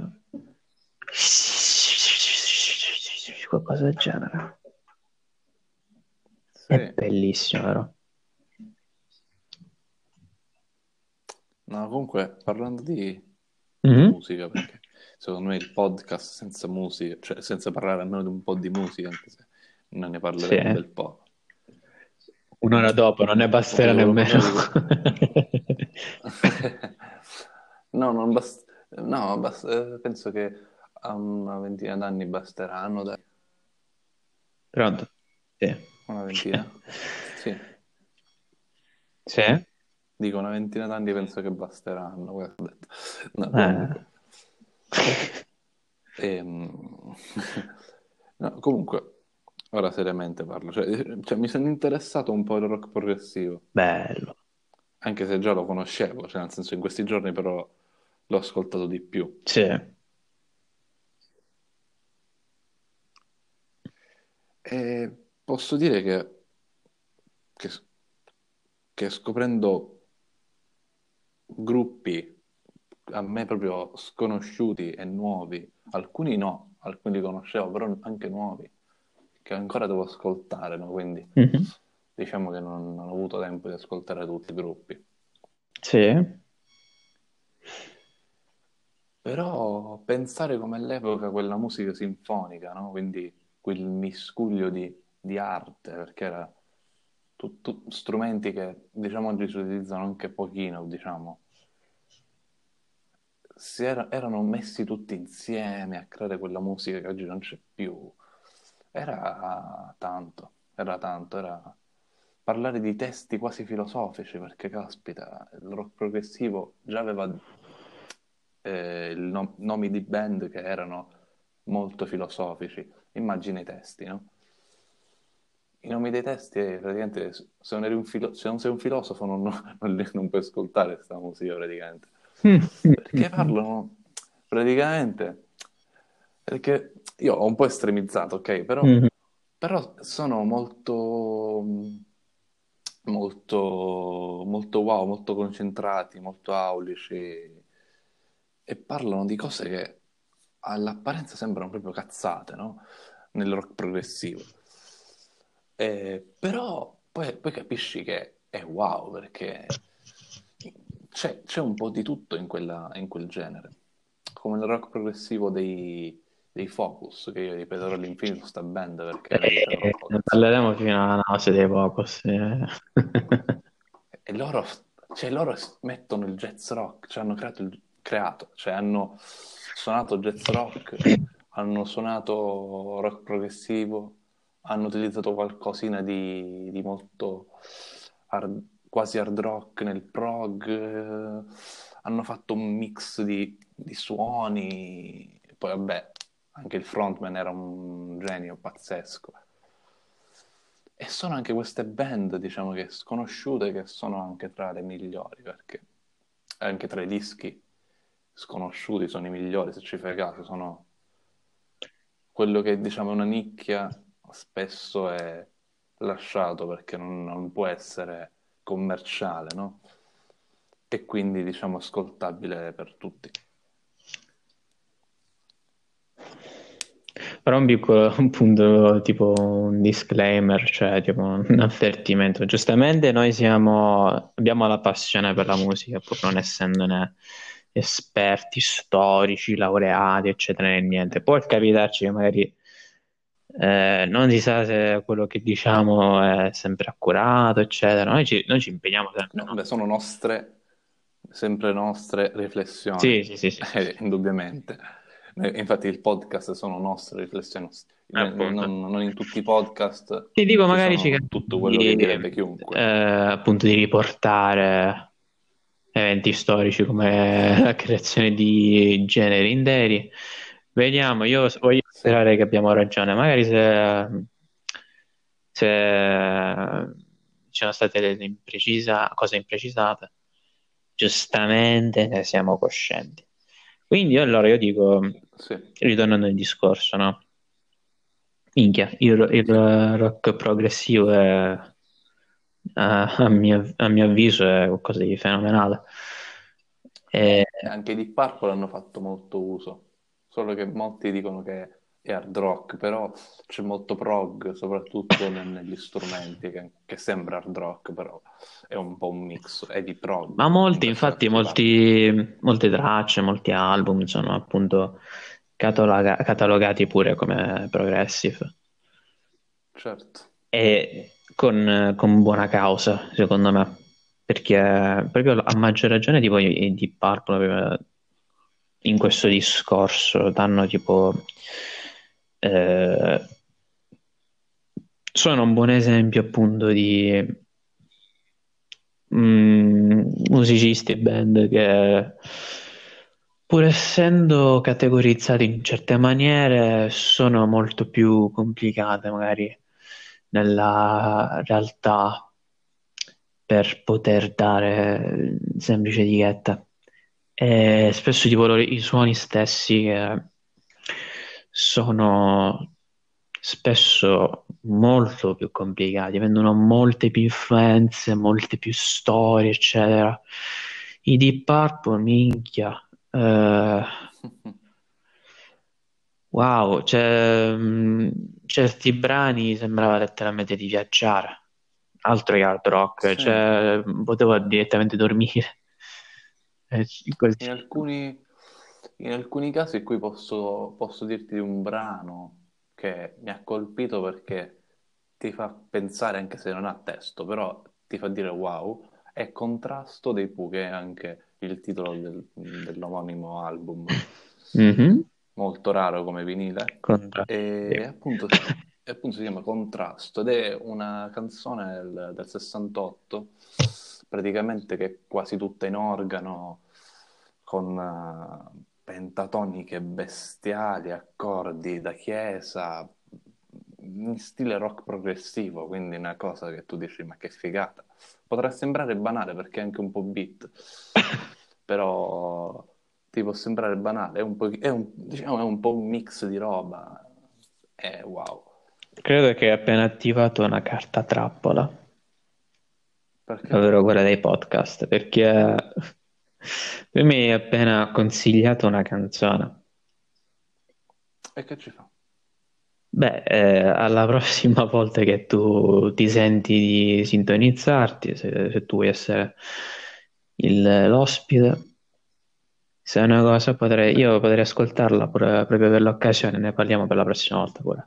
qualcosa del genere. È Sì. bellissimo, vero? No, comunque, parlando di Mhm. musica, perché secondo me il podcast senza musica, cioè senza parlare almeno di un po' di musica, anche se non ne Sì. parleremo un bel po'. Un'ora dopo non ne basterà Volevo nemmeno. parlare No, non bast- no, penso che a una ventina d'anni basteranno, dai. Pronto? Sì. Una ventina? Sì, Sì? dico una ventina d'anni penso che basteranno. Guarda, ho detto. No, Eh. comunque. No, comunque, ora seriamente parlo. Cioè, mi sono interessato un po' al rock progressivo, Bello. anche se già lo conoscevo, cioè nel senso in questi giorni però l'ho ascoltato di più. Sì. E posso dire che, che scoprendo gruppi a me proprio sconosciuti e nuovi, alcuni no, alcuni li conoscevo, però anche nuovi, che ancora devo ascoltare, no? Quindi Mhm. diciamo che non ho avuto tempo di ascoltare tutti i gruppi. Sì. Però pensare come all'epoca quella musica sinfonica, no? Quindi quel miscuglio di arte, perché era strumenti che diciamo oggi si utilizzano anche pochino, diciamo, erano messi tutti insieme a creare quella musica che oggi non c'è più. Era tanto, era parlare di testi quasi filosofici, perché caspita, il rock progressivo già aveva nomi di band che erano molto filosofici. Immagina i testi, no? I nomi dei testi, praticamente, se non, se non sei un filosofo non puoi ascoltare questa musica, praticamente. Perché parlano, praticamente, perché io ho un po' estremizzato, ok? Mhm. Però sono molto wow, molto concentrati, molto aulici e parlano di cose che all'apparenza sembrano proprio cazzate, no? Nel rock progressivo. Però poi capisci che è wow perché c'è un po' di tutto in quel genere. Come il rock progressivo dei Focus, che io ripeterò all'infinito sta band perché è veramente troppo Ne cazzata. parleremo fino alla nausea dei Pocos. E loro mettono il jazz rock, cioè hanno cioè hanno suonato jazz rock, hanno suonato rock progressivo, hanno utilizzato qualcosina di molto quasi hard rock nel prog, hanno fatto un mix di suoni, poi vabbè, anche il frontman era un genio pazzesco. E sono anche queste band, diciamo che sconosciute, che sono anche tra le migliori, perché anche tra i dischi sconosciuti sono i migliori, se ci fai caso, sono quello che diciamo è una nicchia, spesso è lasciato perché non può essere commerciale, no? E quindi diciamo ascoltabile per tutti. Però un piccolo punto, tipo un disclaimer, cioè tipo un avvertimento. Giustamente noi abbiamo la passione per la musica, pur non essendone esperti storici, laureati, eccetera, né niente. Può capitarci che magari non si sa se quello che diciamo è sempre accurato, eccetera. Noi ci impegniamo sempre, No, no? beh, sono sempre nostre riflessioni, Sì, sì, sì, sì, sì, sì. indubbiamente. Infatti il podcast sono nostre riflessioni, appunto. non in tutti i podcast Ti dico, ci magari ci sono capita tutto quello che direbbe chiunque. appunto di riportare eventi storici come la creazione di generi interi. Vediamo, io voglio Sì, sperare che abbiamo ragione. Magari se ci sono state delle cose imprecisate, giustamente ne siamo coscienti. Quindi allora io dico, sì, ritornando al discorso, no? Minchia, il sì. rock progressivo a mio avviso è qualcosa di fenomenale. E- E anche di Purple hanno fatto molto uso, solo che molti dicono che è hard rock, però c'è molto prog, soprattutto negli strumenti, che sembra hard rock, però è un po' un mix, è di ma prog in molti, questo infatti, caso si parla. molte tracce, molti album sono appunto catalogati pure come progressive. Certo, E con buona causa, secondo me, perché proprio a maggior ragione tipo i Deep Purple in questo discorso danno tipo eh, sono un buon esempio appunto di musicisti e band che pur essendo categorizzati in certe maniere sono molto più complicate magari nella realtà per poter dare semplice etichetta. E spesso tipo i suoni stessi sono spesso molto più complicati, vendono molte più influenze, molte più storie, eccetera. I Deep Purple, minchia, wow, cioè, certi brani sembrava letteralmente di viaggiare, altro che hard rock, sì. cioè, potevo direttamente dormire. Così. In alcuni casi qui posso dirti di un brano che mi ha colpito perché ti fa pensare, anche se non ha testo, però ti fa dire wow, è Contrasto dei Pooh, che è anche il titolo dell'omonimo album, Mhm. molto raro come vinile, Contra- e appunto si chiama Contrasto ed è una canzone del 68, praticamente che è quasi tutta in organo, con pentatoniche bestiali, accordi da chiesa, in stile rock progressivo, quindi una cosa che tu dici, ma che figata. Potrà sembrare banale perché è anche un po' beat, però ti può sembrare banale, diciamo, è un po' un mix di roba, è wow. Credo che hai appena attivato una carta trappola, Perché? ovvero quella dei podcast, perché tu mi hai appena consigliato una canzone. E che ci fa? Beh, alla prossima volta che tu ti senti di sintonizzarti, se tu vuoi essere l'ospite, se è una cosa io potrei ascoltarla proprio per l'occasione, ne parliamo per la prossima volta pure.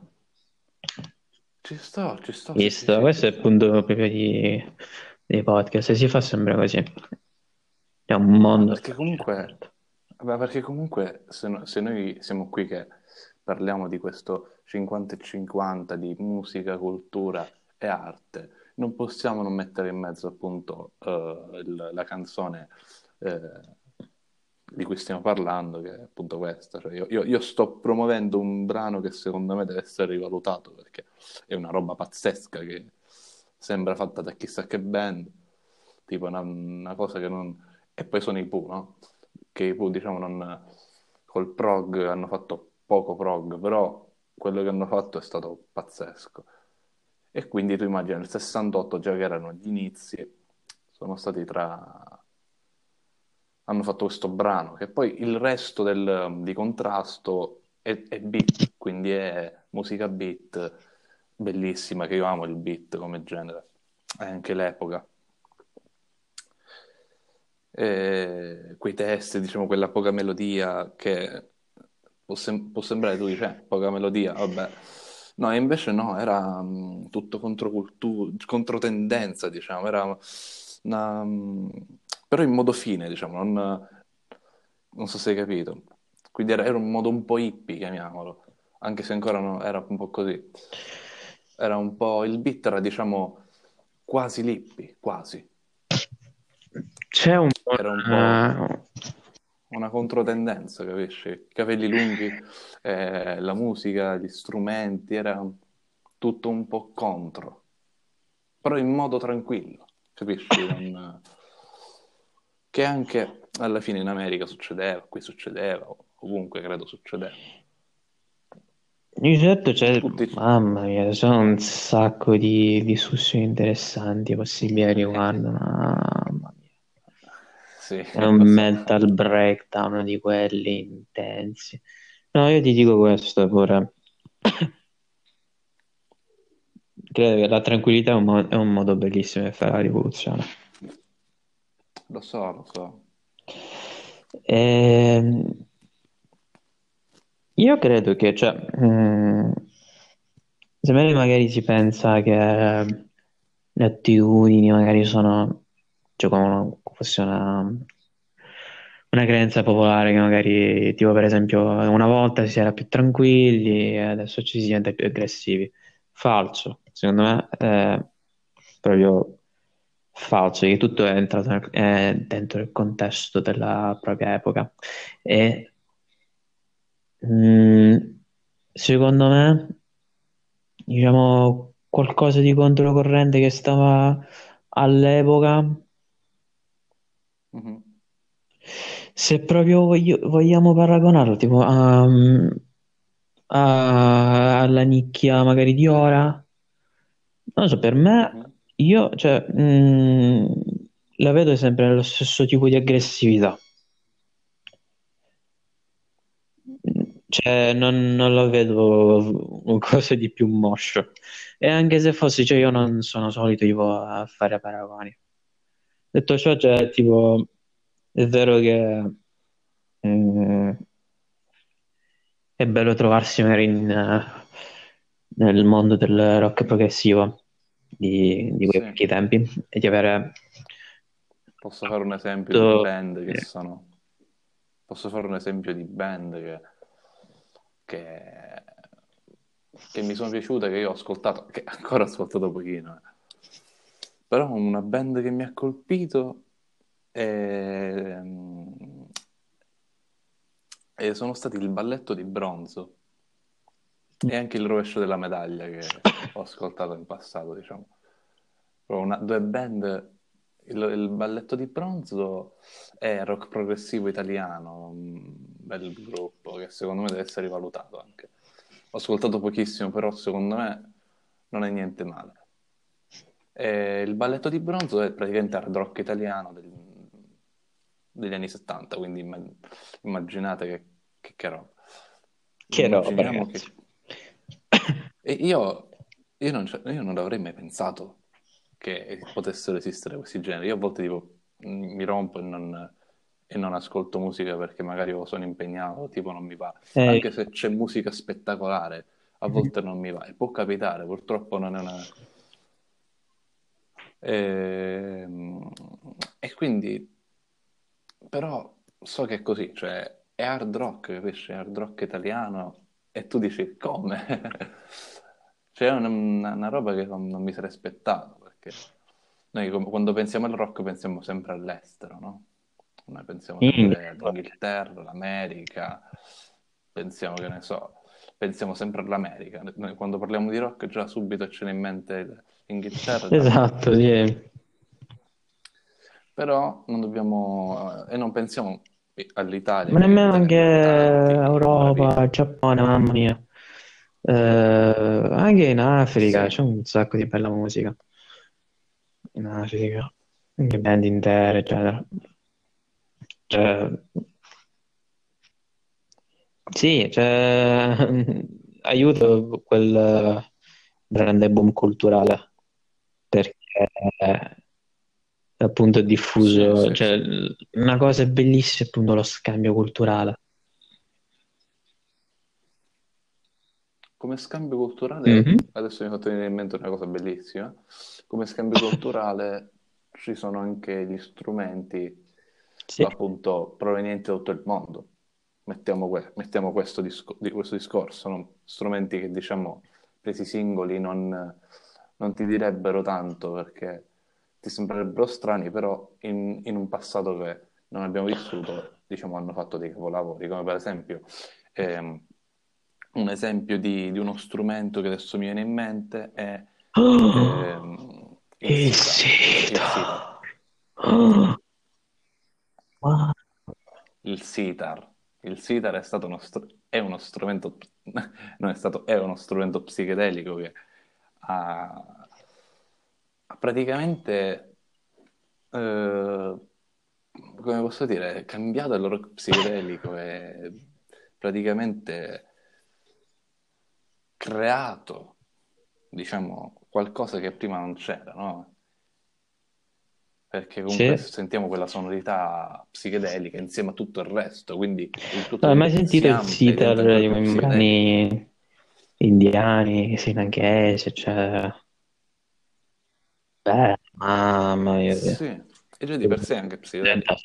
Ci sto, sì, sì, Visto, sì. questo è il punto proprio dei podcast, si fa sempre così. È un mondo a Perché parte comunque, aperto. perché comunque se noi siamo qui che parliamo di questo 50 e 50 di musica, cultura e arte, non possiamo non mettere in mezzo appunto la canzone eh, di cui stiamo parlando, che è appunto questa. Cioè, io sto promuovendo un brano che secondo me deve essere rivalutato perché è una roba pazzesca che sembra fatta da chissà che band, tipo una cosa che non... E poi sono i Pooh, no? Che i Pooh, diciamo, non... col prog hanno fatto poco prog, però quello che hanno fatto è stato pazzesco. E quindi tu immagini nel 68, già che erano gli inizi, sono stati tra... hanno fatto questo brano, che poi il resto di contrasto è beat, quindi è musica beat, bellissima, che io amo il beat come genere, e anche l'epoca. Quei testi, diciamo, quella poca melodia che può sembrare, tu dici, poca melodia, vabbè. No, e invece no, era tutto controtendenza, diciamo, era però in modo fine, diciamo, non so se hai capito. Quindi era un modo un po' hippie, chiamiamolo, anche se ancora era un po' così. Era un po', il beat era, diciamo, quasi l'hippie, quasi. C'è un po' Era un po' una controtendenza, capisci? Capelli lunghi, la musica, gli strumenti, era tutto un po' contro, però in modo tranquillo, capisci? Che anche alla fine in America succedeva, qui succedeva, ovunque credo succedeva. di certo c'è, Tutti... mamma mia, ci sono un sacco di discussioni interessanti possibili a riguardo, mamma mia. Sì, È un lo so. mental breakdown di quelli intensi. No, io ti dico questo pure. Credo che la tranquillità è un modo bellissimo di fare la rivoluzione. Lo so, lo so. Ehm, io credo che, cioè, se magari si pensa che le attitudini magari sono, cioè, come fosse una credenza popolare che magari, tipo per esempio, una volta si era più tranquilli e adesso ci si diventa più aggressivi. Falso, secondo me è proprio falso, che tutto è entrato è dentro il contesto della propria epoca. E mm, secondo me, diciamo, qualcosa di controcorrente che stava all'epoca, Mhm. se proprio vogliamo paragonarlo tipo alla nicchia magari di ora, non lo so, per me, Mhm. io cioè, la vedo sempre nello stesso tipo di aggressività. Cioè, non lo vedo un cosa di più moscio. E anche se fosse, cioè, io non sono solito tipo a fare paragoni. Detto ciò, cioè, tipo, è vero che eh, è bello trovarsi magari nel mondo del rock progressivo di quei Sì, vecchi tempi e di avere posso fare un esempio di tutto. band che sono... Posso fare un esempio di band che, che mi sono piaciute, che io ho ascoltato, che ancora ho ascoltato pochino. Però una band che mi ha colpito è, e sono stati il Balletto di Bronzo e anche il Rovescio della Medaglia che ho ascoltato in passato, diciamo. Proprio due band, il Balletto di Bronzo è rock progressivo italiano, un bel gruppo che secondo me deve essere rivalutato anche. Ho ascoltato pochissimo, però secondo me non è niente male. E il Balletto di Bronzo è praticamente hard rock italiano degli anni 70, quindi immaginate che roba. Che roba, Immaginiamo ragazzi. che... E io non avrei mai pensato che potessero esistere questi generi. Io a volte tipo mi rompo e non ascolto musica perché magari o sono impegnato, tipo non mi va. Eh, Anche se c'è musica spettacolare, a volte non mi va. E può capitare, purtroppo non è una... E quindi, però so che è così, cioè è hard rock, capisci? È hard rock italiano e tu dici come? Cioè è una roba che non mi sarei aspettato, perché noi quando pensiamo al rock pensiamo sempre all'estero, no? Noi pensiamo sì, sempre all'Inghilterra, all'America, pensiamo che ne so, pensiamo sempre all'America. Noi quando parliamo di rock già subito ce ne in mente l'Inghilterra e esatto, l'America. sì. Però non dobbiamo, e non pensiamo all'Italia, Ma che in nemmeno Italia anche abbiamo tanti bravi. Europa, Giappone, mamma mia. Anche in Africa Sì, c'è un sacco di bella musica. In Africa, anche band intere, eccetera. Cioè, sì, cioè, aiuto quel grande boom culturale perché appunto è sì, diffuso, sì, cioè sì. una cosa bellissima è appunto lo scambio culturale. Come scambio culturale, Mhm. adesso mi è fatto venire in mente una cosa bellissima. Come scambio culturale ci sono anche gli strumenti, Sì. appunto, provenienti da tutto il mondo. mettiamo questo discorso, no? Strumenti che diciamo presi singoli non ti direbbero tanto perché ti sembrerebbero strani, però in un passato che non abbiamo vissuto, diciamo, hanno fatto dei capolavori, come per esempio un esempio di uno strumento che adesso mi viene in mente è il Il sitar. sitar. Oh, wow. Il sitar. Il sitar è stato è uno strumento, non è stato, è uno strumento psichedelico che ha praticamente, come posso dire, cambiato il rock psichedelico e praticamente creato, diciamo, qualcosa che prima non c'era, no? Perché comunque Sì. sentiamo quella sonorità psichedelica insieme a tutto il resto, quindi il tutto Non hai mai sentito il viziante sitar diventa ancora più in psichedelico. brani indiani, srilankesi, cioè... Beh, mamma mia. Sì, e già di per sé è anche psichedelico.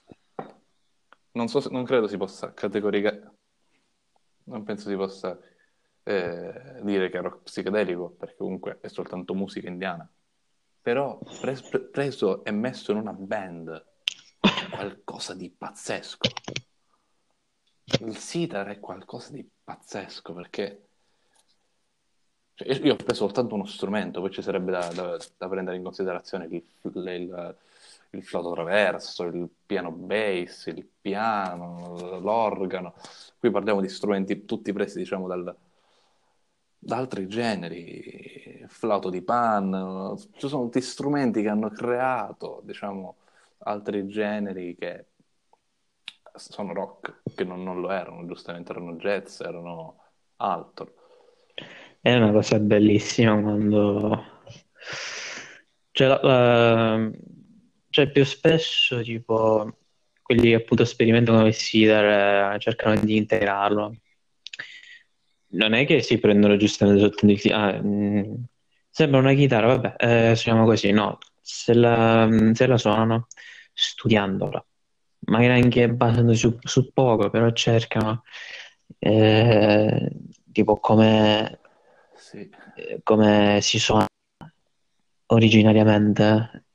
Non credo si possa categoricare, non penso si possa dire che è rock psichedelico, perché comunque è soltanto musica indiana. Però preso e messo in una band è qualcosa di pazzesco. Il sitar è qualcosa di pazzesco perché cioè, io ho preso soltanto uno strumento, poi ci sarebbe da prendere in considerazione il flauto traverso, il piano bass, il piano, l'organo. Qui parliamo di strumenti tutti presi, diciamo, da altri generi, flauto di Pan, ci sono tutti strumenti che hanno creato, diciamo, altri generi che sono rock, che non lo erano, giustamente erano jazz, erano altro. È una cosa bellissima quando... Cioè, cioè, più spesso, tipo, quelli che appunto sperimentano con il sitar cercano di integrarlo. Non è che si prendono giustamente sotto il... sembra una chitarra, vabbè, suoniamo così, no. Se la suonano, studiandola, magari anche basandosi su poco, però cercano, eh, tipo, Sì, come si suona originariamente,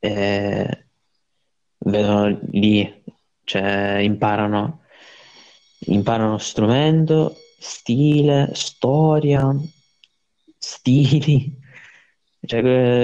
vedono lì, cioè imparano strumento, stile, storia, stili, cioè,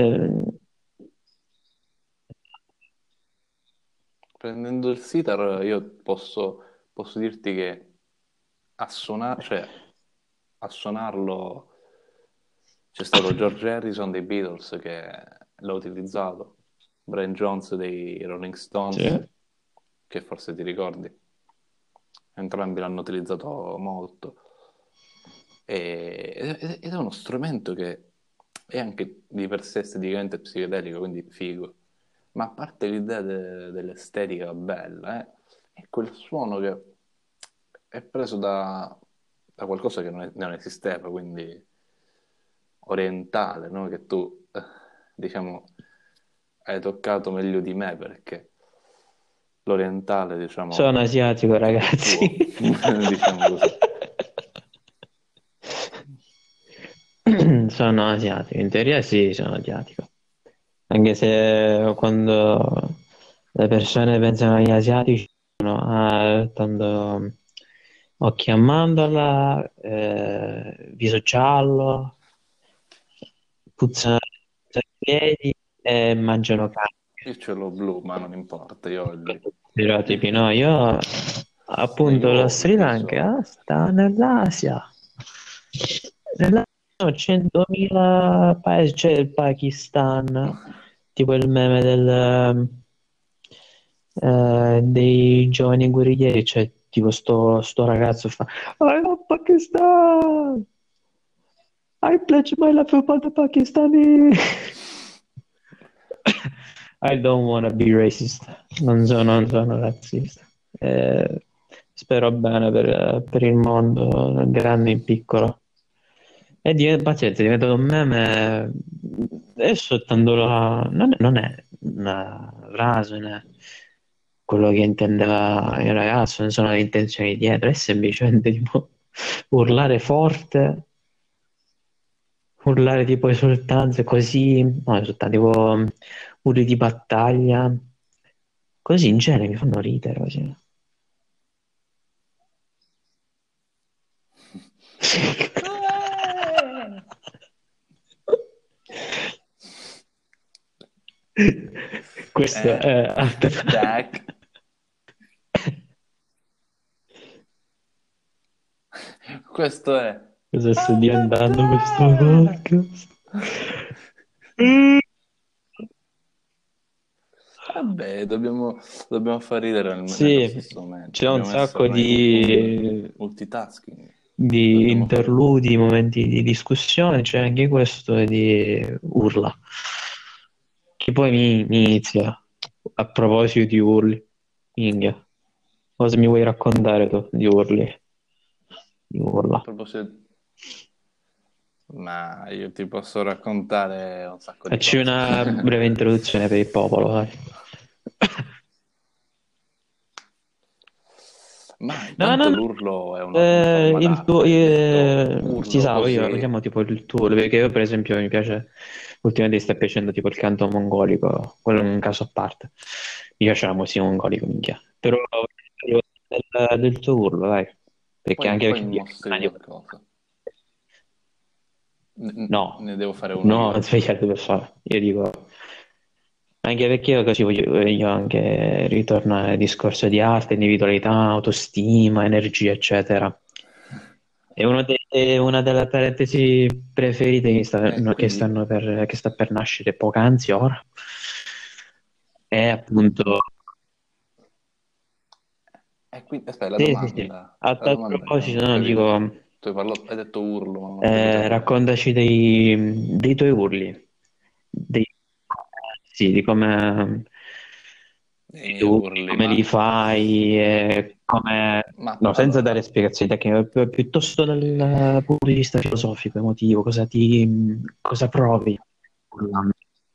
prendendo il sitar io posso dirti che cioè, a suonarlo c'è stato George Harrison dei Beatles che l'ha utilizzato, Brian Jones dei Rolling Stones, sì. che forse ti ricordi, entrambi l'hanno utilizzato molto. Ed è uno strumento che è anche di per sé esteticamente psichedelico, quindi figo. Ma a parte l'idea dell'estetica bella, è quel suono che è preso da qualcosa che non esisteva, quindi orientale, no? Che tu, diciamo, hai toccato meglio di me perché l'orientale, Sono diciamo, asiatico, è il tuo, ragazzi. diciamo così. Sono asiatico, in teoria sì, sono asiatico. Anche se quando le persone pensano agli asiatici, dicono, tanto occhi a mandorla, viso giallo, puzzano i piedi e mangiano carne. Io ce l'ho blu, ma non importa, io ho Stereotipi, no? Io io appunto lo ho il Sri viso. Lanka sta nell'Asia. Nell'Asia sono 100.000 paesi, c'è il Pakistan, tipo il meme dei giovani guerriglieri, c'è tipo sto ragazzo fa I love Pakistan! I pledge my life for the Pakistani! I don't wanna be racist. Non sono razzista. Spero bene per il mondo, grande e piccolo. Pazienza, è diventato un meme. È soltanto non è una frase, quello che intendeva il ragazzo, non sono le intenzioni dietro, è semplicemente tipo urlare forte, urlare tipo esultanze così, no, esultanze, tipo urli di battaglia, così in genere mi fanno ridere così. Questo è... Jack. Questo è... Cosa sta diventando questo podcast? Vabbè, dobbiamo far ridere nello Sì, stesso momento. c'è un Abbiamo messo sacco ormai di multitasking. di Dobbiamo fare- interludi, momenti di discussione, c'è anche questo di urla. Che poi mi inizia a proposito di urli. Minchia, cosa mi vuoi raccontare tu di urli? Di urla. A proposito... Ma io ti posso raccontare un sacco di Facci cose. una breve introduzione per il popolo, dai. Ma No, intanto no, l'urlo è una forma il tuo, d'arte, detto si urlo sa, io lo così. chiamo tipo il tuo, perché io per esempio mi piace, ultimamente mi sta piacendo tipo il canto mongolico, quello è un caso a parte, mi piace la musica mongolica, minchia, però del tuo urlo, dai, perché Poi, anche poi perché mi io mostri qualcosa. no, Ne devo fare uno no, non io. svegliate per fare, io dico, anche perché io così voglio anche ritornare al discorso di arte, individualità, autostima, energia, eccetera. È una delle parentesi preferite Quindi, che sta per nascere poc'anzi ora. È appunto. aspetta, Sì, sì, sì. A la tal domanda che non proposito, ho no, capito. dico, Hai detto urlo, ma non ho capito la domanda. raccontaci dei tuoi urli, dei- sì, di come I miei urli, urli, come li fai, ma no, senza allora, dare spiegazioni tecniche, piuttosto dal punto di vista filosofico, emotivo, cosa provi urlando?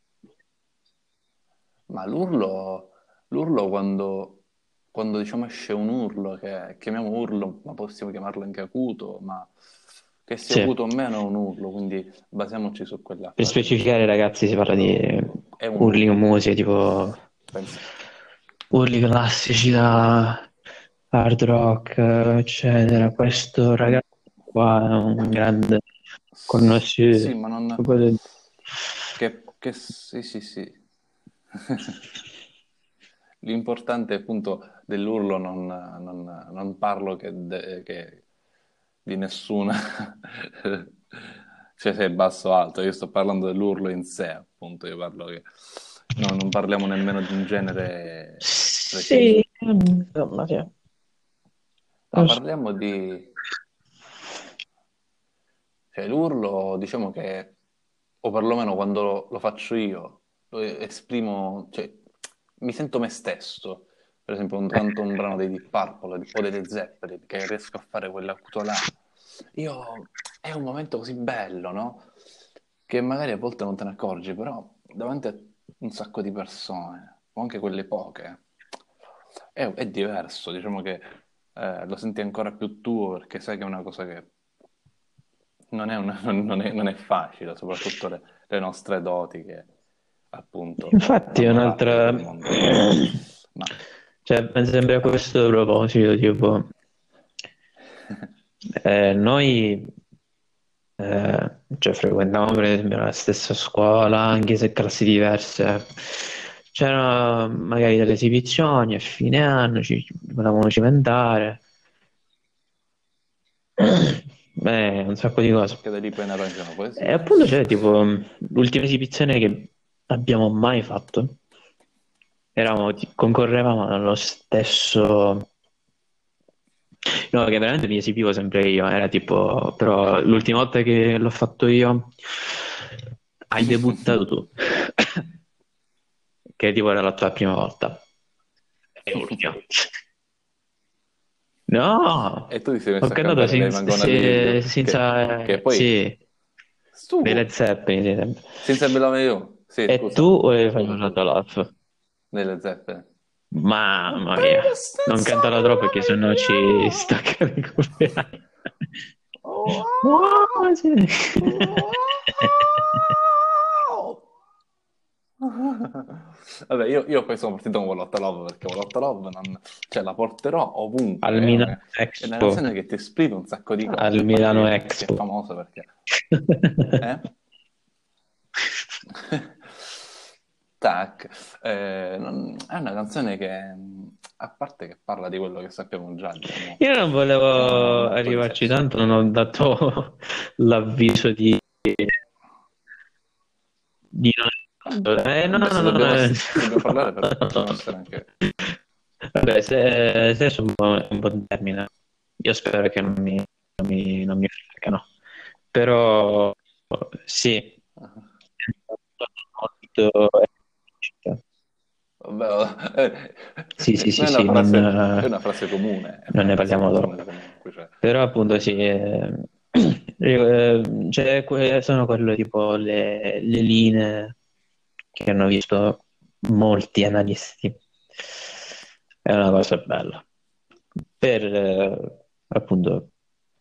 ma l'urlo quando diciamo esce un urlo, che chiamiamo urlo, ma possiamo chiamarlo anche acuto, ma che sia Sì. acuto o meno è un urlo, quindi basiamoci su quella Per frase lì. specificare, ragazzi, si parla di Urlo è un urli con urlo. musica, tipo Penso- urli classici da hard rock, eccetera. Questo ragazzo qua è un grande Sì, connoisseur. ma non... Proprio- Sì, sì, sì. L'importante appunto dell'urlo non parlo che di nessuna, cioè se è basso o alto, io sto parlando dell'urlo in sé, appunto, io parlo che no, non parliamo nemmeno di un genere Sì, preciso, insomma, sì. ma parliamo di, cioè l'urlo, diciamo che, o perlomeno quando lo faccio io, lo esprimo, cioè mi sento me stesso. Per esempio, canto un brano dei Deep Purple o dei Led Zeppelin, che riesco a fare quell'acuto là. Io, è un momento così bello, no? Che magari a volte non te ne accorgi, però davanti a un sacco di persone, o anche quelle poche, è diverso. Diciamo che lo senti ancora più tuo perché sai che è una cosa che non è facile, soprattutto le nostre doti che appunto Infatti è fanno parte di un'altra... quel mondo lì. Ma Cioè, mi sembra a questo proposito, tipo, noi cioè, frequentavamo per esempio la stessa scuola, anche se classi diverse. C'erano magari delle esibizioni a fine anno, ci volevamo cimentare, un sacco di cose. che da lì poi ne arrangia una E poesia. appunto c'è tipo l'ultima esibizione che abbiamo mai fatto. Concorrevamo allo stesso. No, che veramente mi esibivo sempre io, era tipo, però l'ultima volta che l'ho fatto io hai debuttato tu, che tipo era la tua prima volta. E ultima. No, E tu ti sei ho messo a cantato cantare Lei senza, Mango una Lily, senza, che poi sì, delle tu, zeppe, sì, sempre. senza Bella io, sì, E tu scusa, volevi fare scusa, un scusa, lato. delle zeppe. Mamma mia, non cantarla troppo perché sennò ci staccano i cuffia. Wow, sì. Vabbè, io poi sono partito con Wolotta Love perché Wolotta Love cioè, la porterò ovunque. Al Milano È una Expo. canzone che ti esprime un sacco di cose, Al a parte Milano che è Expo. famosa perché... Eh? Tac. È una canzone che, a parte che parla di quello che sappiamo già, diciamo, Io non volevo molto di arrivarci sesso. tanto, non ho dato l'avviso di non... no, Vabbè, no, no, no. se dobbiamo parlare possiamo essere anche... Vabbè, se è un buon termine, io spero che non mi freccano. Però sì, è molto esplicita. Vabbè, Sì, sì, sì, ma sì, è una frase comune, non ne frase parliamo comune troppo. comunque, cioè. Però appunto sì, cioè, sono quello tipo le linee che hanno visto molti analisti. È una cosa bella. Per appunto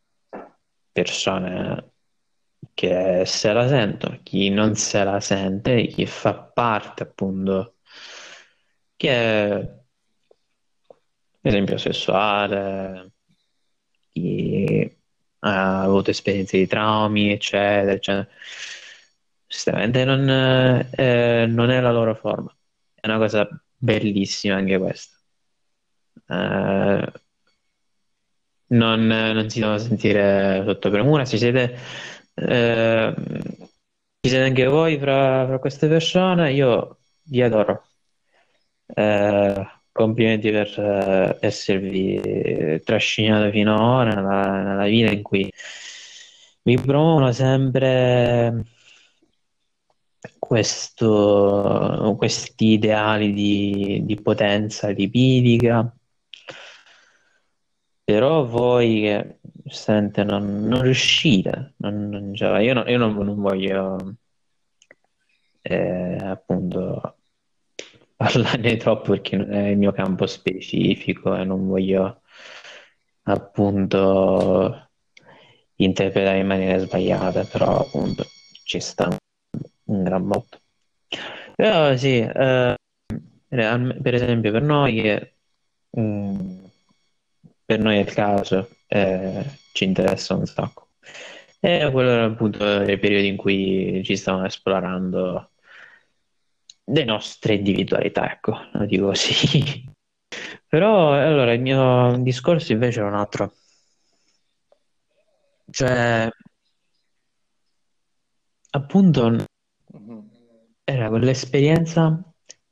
persone che se la sentono, chi non se la sente, chi fa parte appunto, che è esempio sessuale, chi ha avuto esperienze di traumi, eccetera, eccetera. Sinceramente non è la loro forma. È una cosa bellissima anche questa. Eh, non si devono sentire sotto premura. Eh, ci siete anche voi fra queste persone. Io vi adoro. Complimenti per esservi trascinato fino ad ora nella vita in cui vi promuovono sempre questi ideali di potenza lipidica, però voi che giustamente non riuscite, cioè, io non voglio appunto parlarne troppo perché non è il mio campo specifico e non voglio appunto interpretare in maniera sbagliata, però appunto ci sta un gran botto. Però sì, per esempio mm, per noi è il caso, ci interessa un sacco. E quello era appunto nei periodi in cui ci stavamo esplorando le nostre individualità, ecco, lo dico così. Però allora il mio discorso invece era un altro, cioè appunto Mhm. era quell'esperienza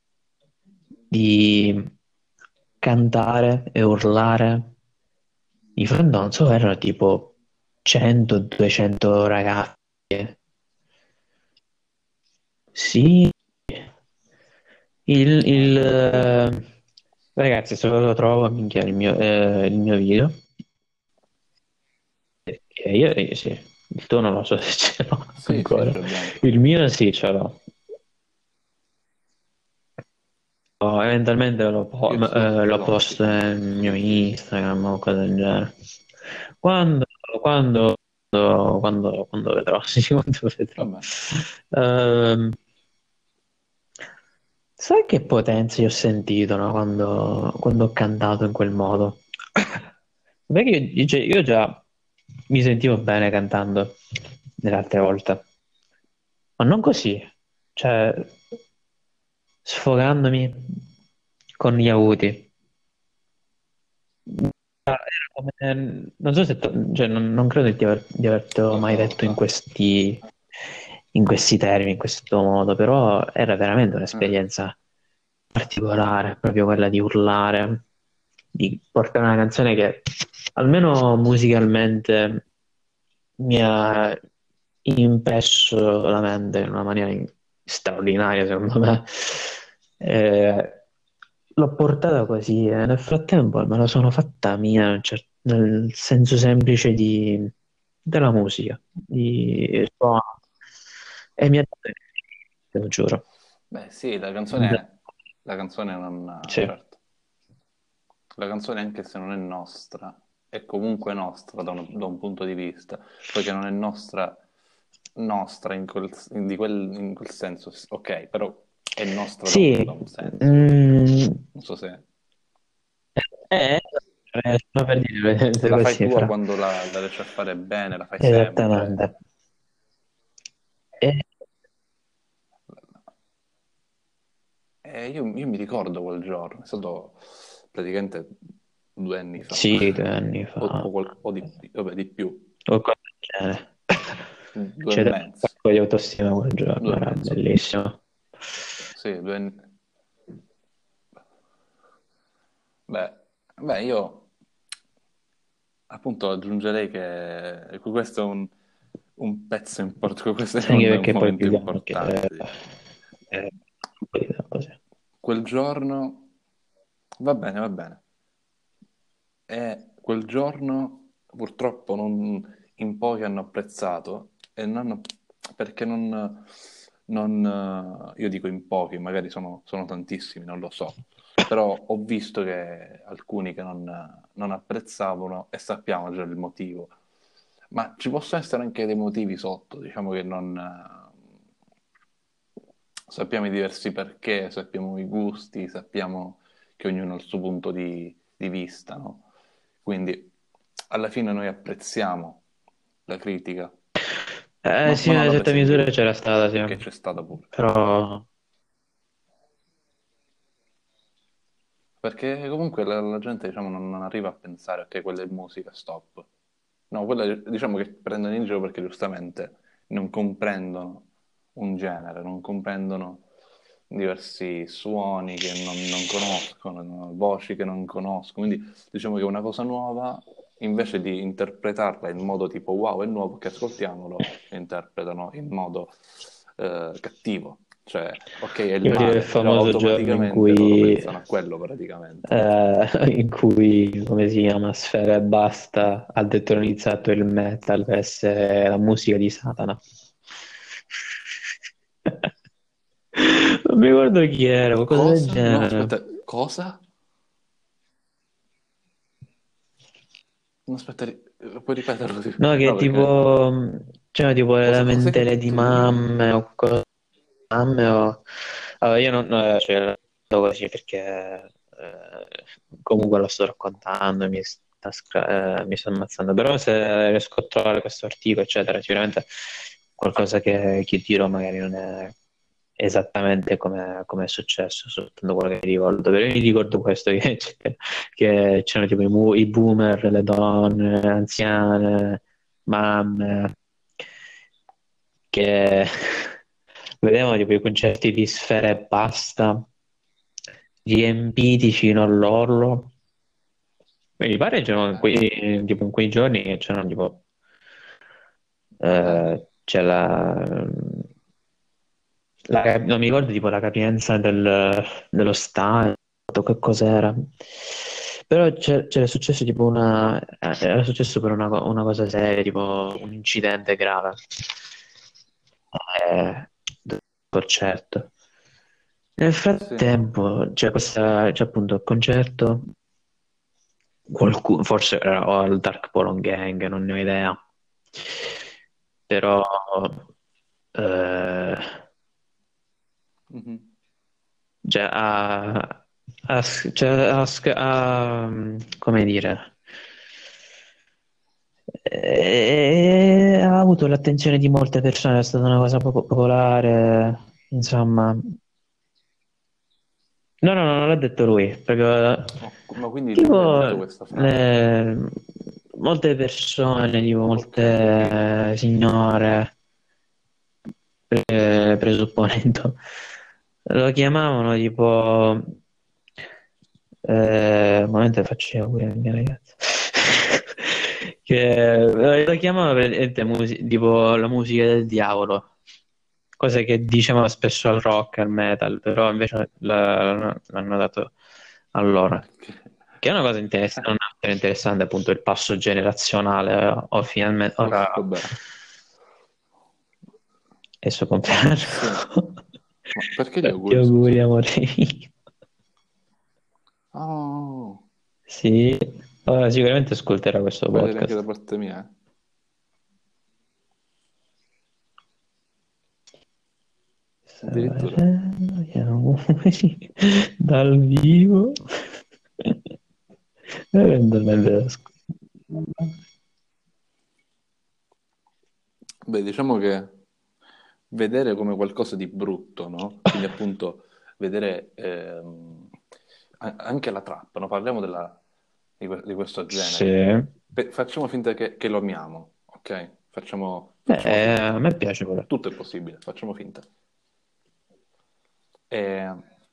di cantare e urlare di fronte a non so, erano tipo 100-200 ragazzi. Sì, ragazzi, se lo trovo, minchia, il mio video. Perché io sì, il tuo non lo so se ce l'ho Sì, sì, ancora. ce l'abbiamo. Il mio sì, ce l'ho. Eventualmente Io ce lo l'ho posto anch'io. nel mio Instagram o cose del genere. Quando, quando, quando vedrò, sì, quando vedrò. Vabbè. Ehm, sai che potenza io ho sentito, no, quando ho cantato in quel modo? Perché io già mi sentivo bene cantando le altre volte, ma non così, cioè sfogandomi con gli avuti. Era non so se cioè, non credo di avertelo mai detto in questi termini, in questo modo, però era veramente un'esperienza particolare, proprio quella di urlare, di portare una canzone che almeno musicalmente mi ha impresso la mente in una maniera straordinaria, secondo me. L'ho portata così e nel frattempo me la sono fatta mia, nel senso semplice della musica, di suono. E mi ha dato, te lo giuro. Beh, sì, la canzone non... Sì. Certo. la canzone, anche se non è nostra, è comunque nostra da un punto di vista, perché non è nostra in quel senso, ok, però è nostra da Sì, un senso. mm, Non so se eh, sto per dire la fai così, tua fra. quando la riesci a fare bene, la fai sempre. Esattamente. E- Io mi ricordo quel giorno, è stato praticamente 2 anni fa, sì, 2 anni fa, o vabbè, di più, qualcosa del genere. 2 e C'è dato un mezzo, sacco di autostima quel due giorno, e era mezzo. bellissimo. Sì, 2 anni. Beh, io appunto aggiungerei che questo è un pezzo importante, questo è Sì, anche un perché poi momento viviamo anche importante. un po' di tempo, sì. Quel giorno, va bene, va bene. E quel giorno purtroppo in pochi hanno apprezzato e perché io dico in pochi, magari sono tantissimi, non lo so, però ho visto che alcuni che non apprezzavano e sappiamo già il motivo. Ma ci possono essere anche dei motivi sotto, diciamo che non sappiamo i diversi perché, sappiamo i gusti, sappiamo che ognuno ha il suo punto di vista, no? Quindi alla fine noi apprezziamo la critica, Sì, ma in non una la certa presa in misura giro, c'era stata, sì. che c'è stata pure. Però Perché comunque la gente, diciamo, non arriva a pensare, ok, quella è musica, stop. No, quella diciamo che prendono in giro perché giustamente non comprendono un genere, non comprendono diversi suoni che non conoscono, no? Voci che non conoscono. Quindi diciamo che una cosa nuova, invece di interpretarla in modo tipo wow, è nuovo, che ascoltiamolo, interpretano in modo cattivo. Cioè, ok, è il io dico il male, però famoso giorno automaticamente loro pensano a quello praticamente. in cui, come si chiama, Sfera e Basta ha detronizzato il metal per essere la musica di Satana. Non mi ricordo chi era, qualcosa del Cosa? No, genere. aspetta, cosa? No, aspetta, puoi ripeterlo? No, che No, perché... c'era tipo le Cos'è che ha lamentele di detto lui? mamme o cose mamme o... Allora, io non cioè, lo dico così perché comunque lo sto raccontando e mi sto ammazzando, però se riesco a trovare questo articolo, eccetera, sicuramente qualcosa che dirò magari non è esattamente come è successo, soltanto quello che mi ricordo. Però io mi ricordo questo, che c'erano tipo i boomer, le donne, le anziane, mamme, che vedevano tipo i concerti di Sfera e Basta riempiti fino all'orlo. Mi pare c'erano tipo in quei giorni che c'erano tipo c'è non mi ricordo tipo la capienza dello stadio, che cos'era. Però c'era successo tipo era successo per una cosa seria, tipo un incidente grave. Del concerto. Nel Sì. frattempo c'è appunto il concerto, qualcuno, forse era o al Dark Polon Gang, non ne ho idea, però eh, Mhm. cioè, cioè, come dire, ha avuto l'attenzione di molte persone, è stata una cosa poco popolare, insomma. No, no, no, non l'ha detto lui, proprio Ma quindi lui ha detto tipo questa frase? molte persone, tipo Ok. molte signore, presupponendo, lo chiamavano tipo un momento faccio gli auguri alla mia ragazza. Che lo chiamavano praticamente tipo la musica del diavolo, cose che dicevano spesso al rock, al metal, però invece l'hanno dato a loro. Che è una cosa interessante, appunto, il passo generazionale. O finalmente ora Vabbè, è il suo compleanno. sì. Ma perché gli Tanti auguri, scusa? auguri, amore mio. Oh. Sì, sicuramente ascolterà questo Puoi vedere anche da podcast. parte mia. Addirittura. Dal vivo. Eventualmente Beh, diciamo che vedere come qualcosa di brutto, no? Quindi appunto vedere anche la trap, no? Parliamo di questo genere. sì. Facciamo finta che lo amiamo, ok? Facciamo A finta. me piace pure. Tutto è possibile, facciamo finta. E,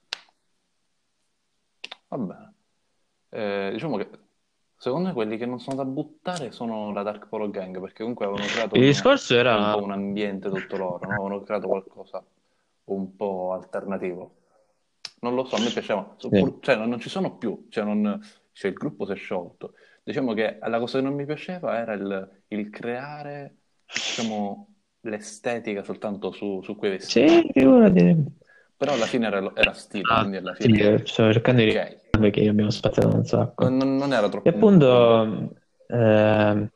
vabbè, diciamo che secondo me quelli che non sono da buttare sono la Dark Polo Gang, perché comunque avevano creato Il discorso un era... po' un ambiente tutto loro, no? Avevano creato qualcosa un po' alternativo. Non lo so, a me piaceva, Sì. cioè non ci sono più, cioè, il gruppo si è sciolto. Diciamo che la cosa che non mi piaceva era il creare, diciamo, l'estetica soltanto su quei Sì, vestiti. figurati. Però alla fine era stile, Ah, quindi alla sì, fine, sto cercando di ok. ricordare che abbiamo spaziato un sacco. Non era E troppo un problema. appunto, ehm,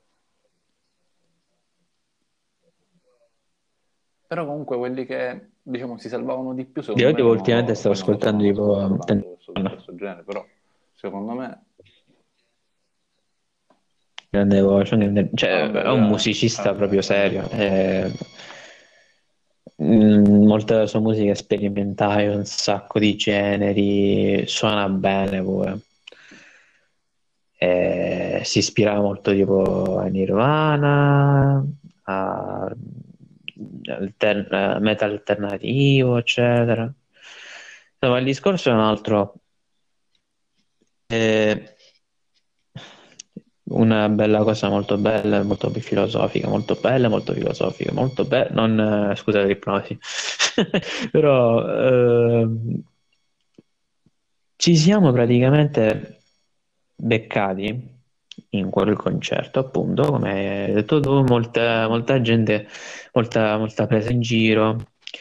Però comunque quelli che, diciamo, si salvavano di più, io secondo me, tipo erano ultimamente loro. stavo Poi non lo so, ascoltando non lo sto tipo valutando questo genere, però secondo me... grande voce, Ah, cioè vabbè, è un musicista proprio serio. Molta della sua musica è sperimentale, un sacco di generi, suona bene pure. Si ispira molto tipo a Nirvana, a metal alternativo, eccetera. No, ma il discorso è un altro. Eh, una bella cosa molto bella, molto filosofica, molto bella, molto filosofica, molto bella. Non, scusate l'ipnosi, però ci siamo praticamente beccati in quel concerto, appunto, come hai detto tu, molta gente, molta presa in giro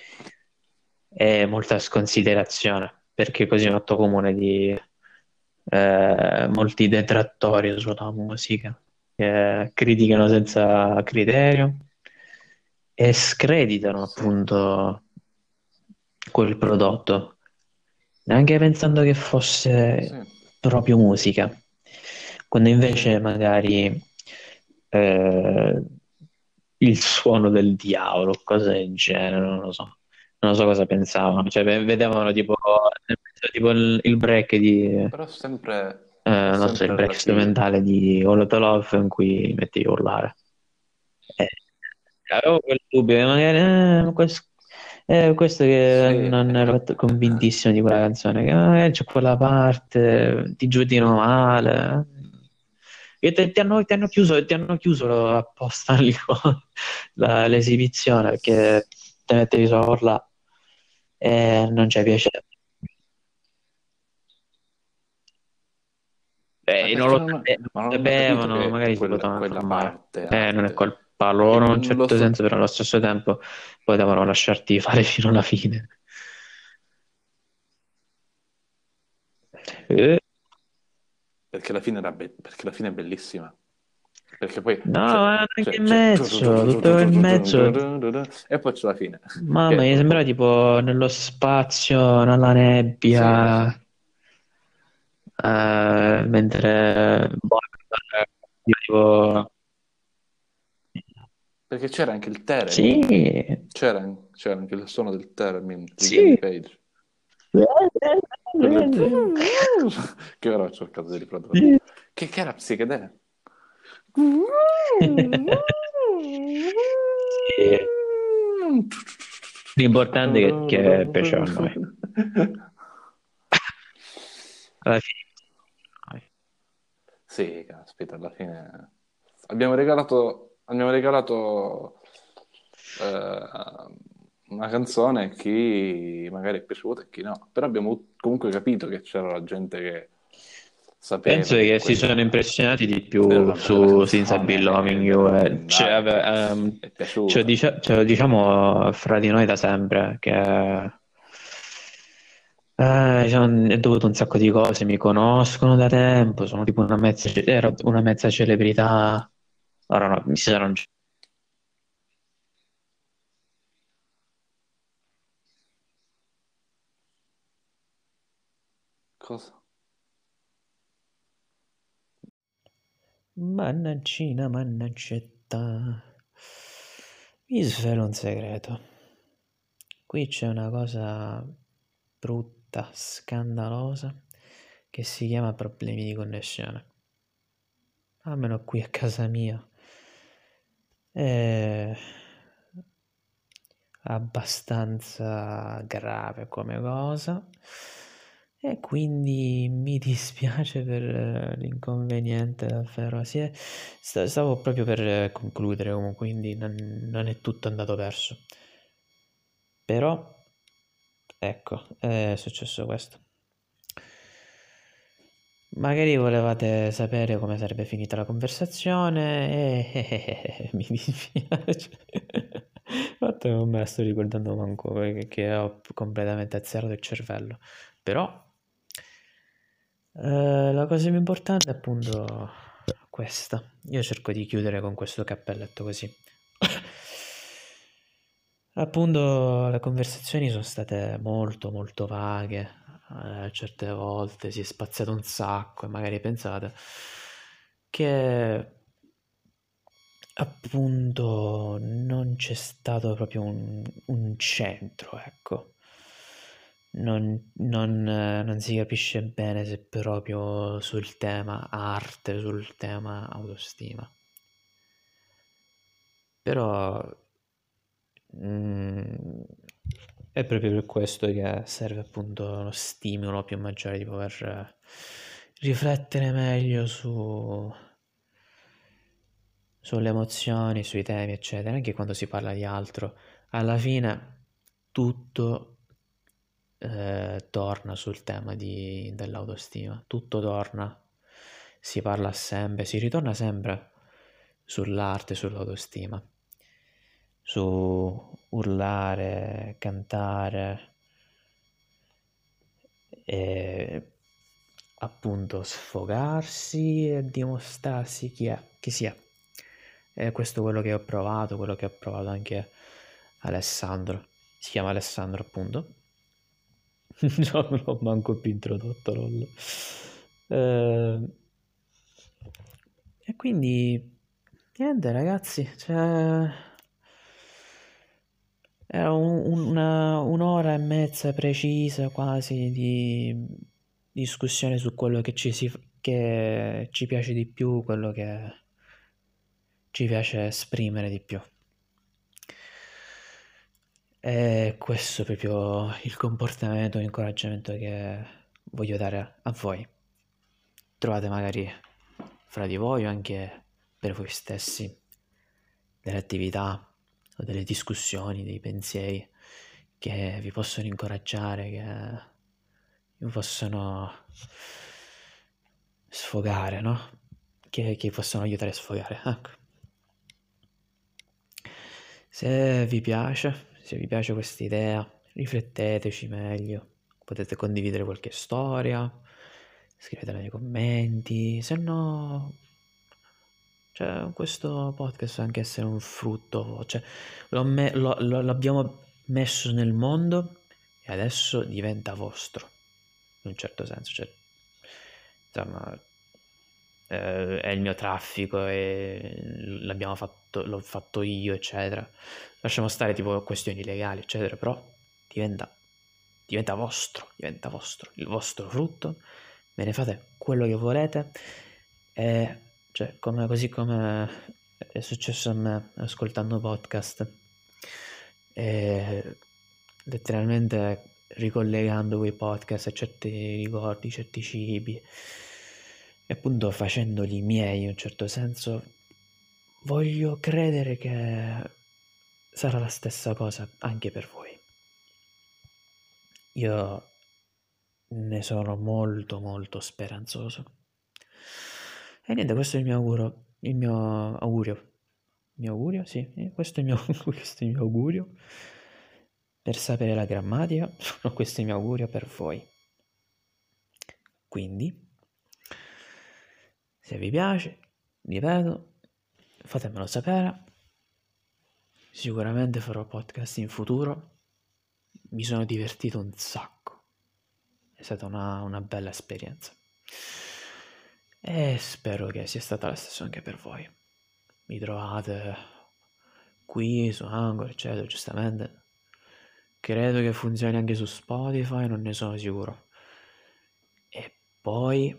e molta sconsiderazione, perché così è un atto comune di molti detrattori sulla musica che criticano senza criterio e screditano Sì, appunto quel prodotto, neanche pensando che sì, fosse proprio musica, quando sì. invece magari eh, il suono del diavolo, cose del genere, non lo so cosa pensavano, cioè vedevano tipo il break di Però è non so, il sempre break relativo. strumentale di All Out of Love in cui metti a urlare. Eh, avevo quel dubbio che magari questo che Sì, non ero convintissimo di quella canzone, che magari c'è quella parte, ti giudicano male. E ti hanno chiuso apposta l'esibizione perché te mettevi solo a urlare e non c'è piacere. Non perché lo ma non hanno capito sapevano, che magari si potevano quella informare. parte è Non è arte. colpa E loro in un non lo certo senso, sto... però allo stesso tempo potevano lasciarti fare fino alla fine. Eh, perché la fine è bellissima. Perché poi no, ma anche in c'è- mezzo, tutto in mezzo. e poi c'è la fine. Mamma, Che, mi sembrava tipo nello spazio, nella sì, nebbia, mentre io tipo, perché c'era anche il sì, theremin. C'era anche il suono del theremin di Jimmy sì. Page. Quello che ora ho cercato di riprodurre. Sì. Che era psichedelico. Sì. L'importante è che piaceva a noi. Alla fine, Sì, caspita, alla fine abbiamo regalato una canzone a chi magari è piaciuta e chi no, però abbiamo comunque capito che c'era la gente che penso sapeva che che si sono quella impressionati di era più una bella su Since I've Been canzone Loving ed era You. da Cioè, blindare, è piaciuta. ce lo diciamo fra di noi da sempre che È dovuto un sacco di cose, mi conoscono da tempo, sono tipo ero una mezza celebrità. Ora no, mi si saranno. Cosa? Mannaggina, mannaggetta. Vi svelo un segreto. Qui c'è una cosa brutta, scandalosa, che si chiama problemi di connessione. Almeno qui a casa mia. È abbastanza grave come cosa. E quindi mi dispiace per l'inconveniente, davvero. Stavo proprio per concludere comunque, quindi non è tutto andato perso. Però, ecco, è successo questo. Magari volevate sapere come sarebbe finita la conversazione e mi dispiace. Infatti non me la sto ricordando manco che ho completamente azzerato il cervello. Però la cosa più importante è appunto questa. Io cerco di chiudere con questo cappelletto così. Appunto, le conversazioni sono state molto molto vaghe, certe volte si è spaziato un sacco e magari pensate che appunto non c'è stato proprio un centro, ecco. Non si capisce bene se proprio sul tema arte, sul tema autostima. Però è proprio per questo che serve appunto uno stimolo più maggiore di poter riflettere meglio sulle emozioni, sui temi, eccetera, anche quando si parla di altro. Alla fine tutto torna sul tema dell'autostima, tutto torna, si parla sempre, si ritorna sempre sull'arte, sull'autostima, su urlare, cantare e appunto sfogarsi e dimostrarsi chi si è. E questo è quello che ho provato, quello che ha provato anche Alessandro. Si chiama Alessandro, appunto. Non l'ho manco più introdotto, lol. E quindi niente, ragazzi, cioè era un'ora e mezza precisa quasi di discussione su quello che che ci piace di più, quello che ci piace esprimere di più. E questo è proprio il comportamento, l'incoraggiamento che voglio dare a voi. Trovate magari fra di voi o anche per voi stessi delle attività o delle discussioni, dei pensieri che vi possono incoraggiare, che vi possono sfogare, no? Che possono aiutare a sfogare, ecco. Se vi piace questa idea, rifletteteci meglio. Potete condividere qualche storia, scrivetela nei commenti, se no, cioè, questo podcast può anche essere un frutto, cioè, l'abbiamo messo nel mondo e adesso diventa vostro, in un certo senso, cioè, insomma, è il mio traffico e l'ho fatto io, eccetera. Lasciamo stare tipo questioni legali, eccetera, però diventa vostro, il vostro frutto, ve ne fate quello che volete e cioè, così come è successo a me ascoltando podcast e letteralmente ricollegando quei podcast a certi ricordi, certi cibi e appunto facendoli miei in un certo senso, voglio credere che sarà la stessa cosa anche per voi. Io ne sono molto molto speranzoso. E niente, questo è il mio augurio. Il mio augurio. Il mio augurio? Sì, questo è il mio, questo è il mio augurio per sapere la grammatica, questo è il mio augurio per voi. Quindi, se vi piace, ripeto, fatemelo sapere. Sicuramente farò podcast in futuro. Mi sono divertito un sacco. È stata una bella esperienza. E spero che sia stata la stessa anche per voi. Mi trovate qui su Anchor, eccetera, giustamente. Credo che funzioni anche su Spotify, non ne sono sicuro. E poi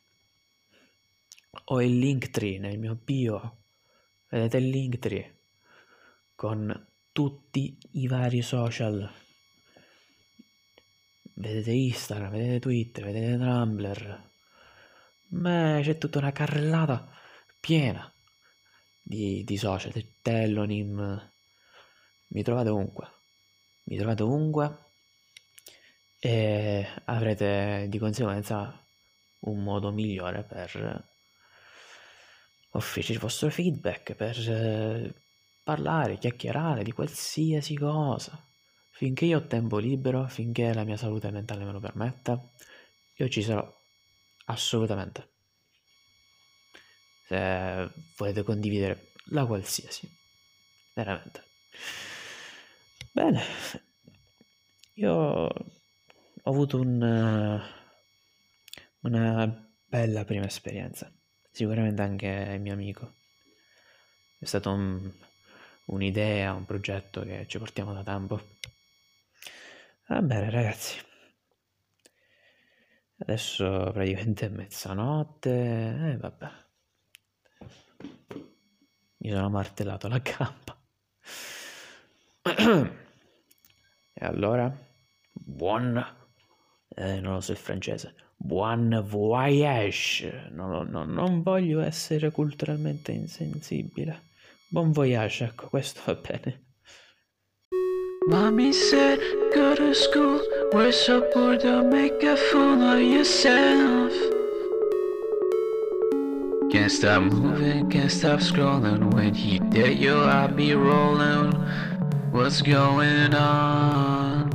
ho il Linktree nel mio bio. Vedete il Linktree con tutti i vari social. Vedete Instagram, vedete Twitter, vedete Tumblr. Ma c'è tutta una carrellata piena di social, di Telonym. Mi trovate ovunque e avrete di conseguenza un modo migliore per offrirci il vostro feedback, per parlare, chiacchierare di qualsiasi cosa. Finché io ho tempo libero, finché la mia salute mentale me lo permetta, io ci sarò assolutamente. Se volete condividere la qualsiasi, veramente. Bene, io ho avuto una bella prima esperienza, sicuramente anche il mio amico. È stato un'idea, un progetto che ci portiamo da tempo. Va bene ragazzi, adesso praticamente è mezzanotte, vabbè, mi sono martellato la gamba. E allora, non lo so il francese, buon voyage, non voglio essere culturalmente insensibile, buon voyage, ecco, questo va bene. Mommy said, go to school, we're so bored, don't make a fool of yourself. Can't stop moving, can't stop scrolling, when he dare you, I'll be rolling. What's going on?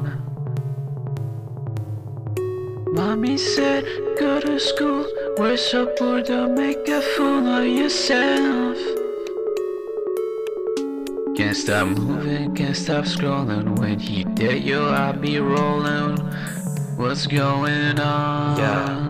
Mommy said, go to school, we're so bored, don't make a fool of yourself. Can't stop moving, can't stop scrolling, when he dare you, I'll be rolling. What's going on? Yeah.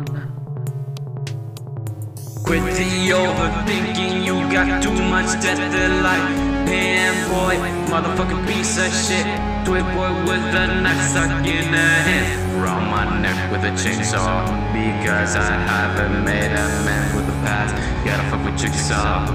Quit the overthinking, you got too much debt to life. Damn boy, motherfucking piece of shit. Twit boy with the knife stuck in the hand. Round my neck with a chainsaw, because I haven't made amends with the past. Gotta fuck with Jigsaw.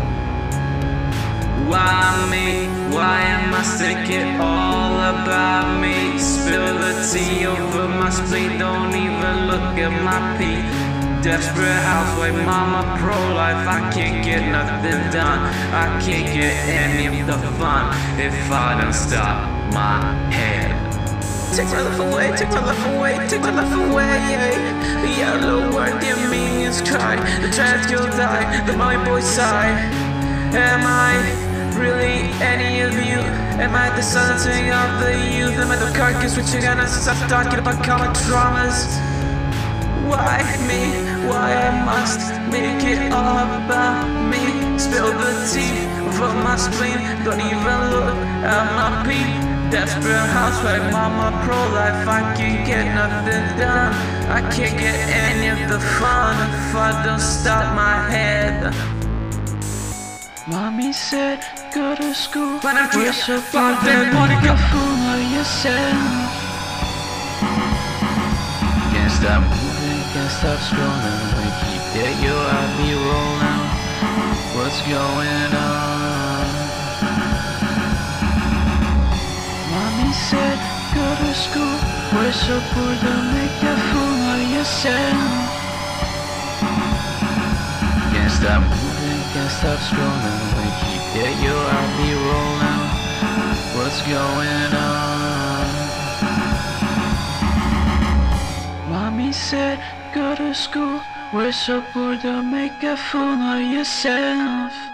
Why me? Why must it get all about me? Spill the tea over my spleen, don't even look at my pee. Desperate housewife, mama, pro-life, I can't get nothing done. I can't get any of the fun if I don't stop my head. Take my life away, take my life away, take my life away. The yellow word, the minions cry, the trans girl die, the my boy sigh. Am I really any of you? Am I the something of the youth? Am I the carcass which you're gonna stop talking about common traumas? Why me? Why I must make it all about me? Spill the tea over my spleen, don't even look at my pee. Desperate housewife, mama, pro-life, I can't get nothing done. I can't get any of the fun if I don't stop my head. Mommy said, go to school, But I'm we're so bored, don't make a fool of yourself. Can't stop. Can't stop scrolling, when he dare you, I'll be rolling. What's going on? Mommy said, go to school, we're so bored, don't make a fool of yourself. Can't stop. Can't stop scrolling, when he dare you, I'll be rolling. What's going on? Mommy said, go to school, we're so bored, don't make a fool of yourself.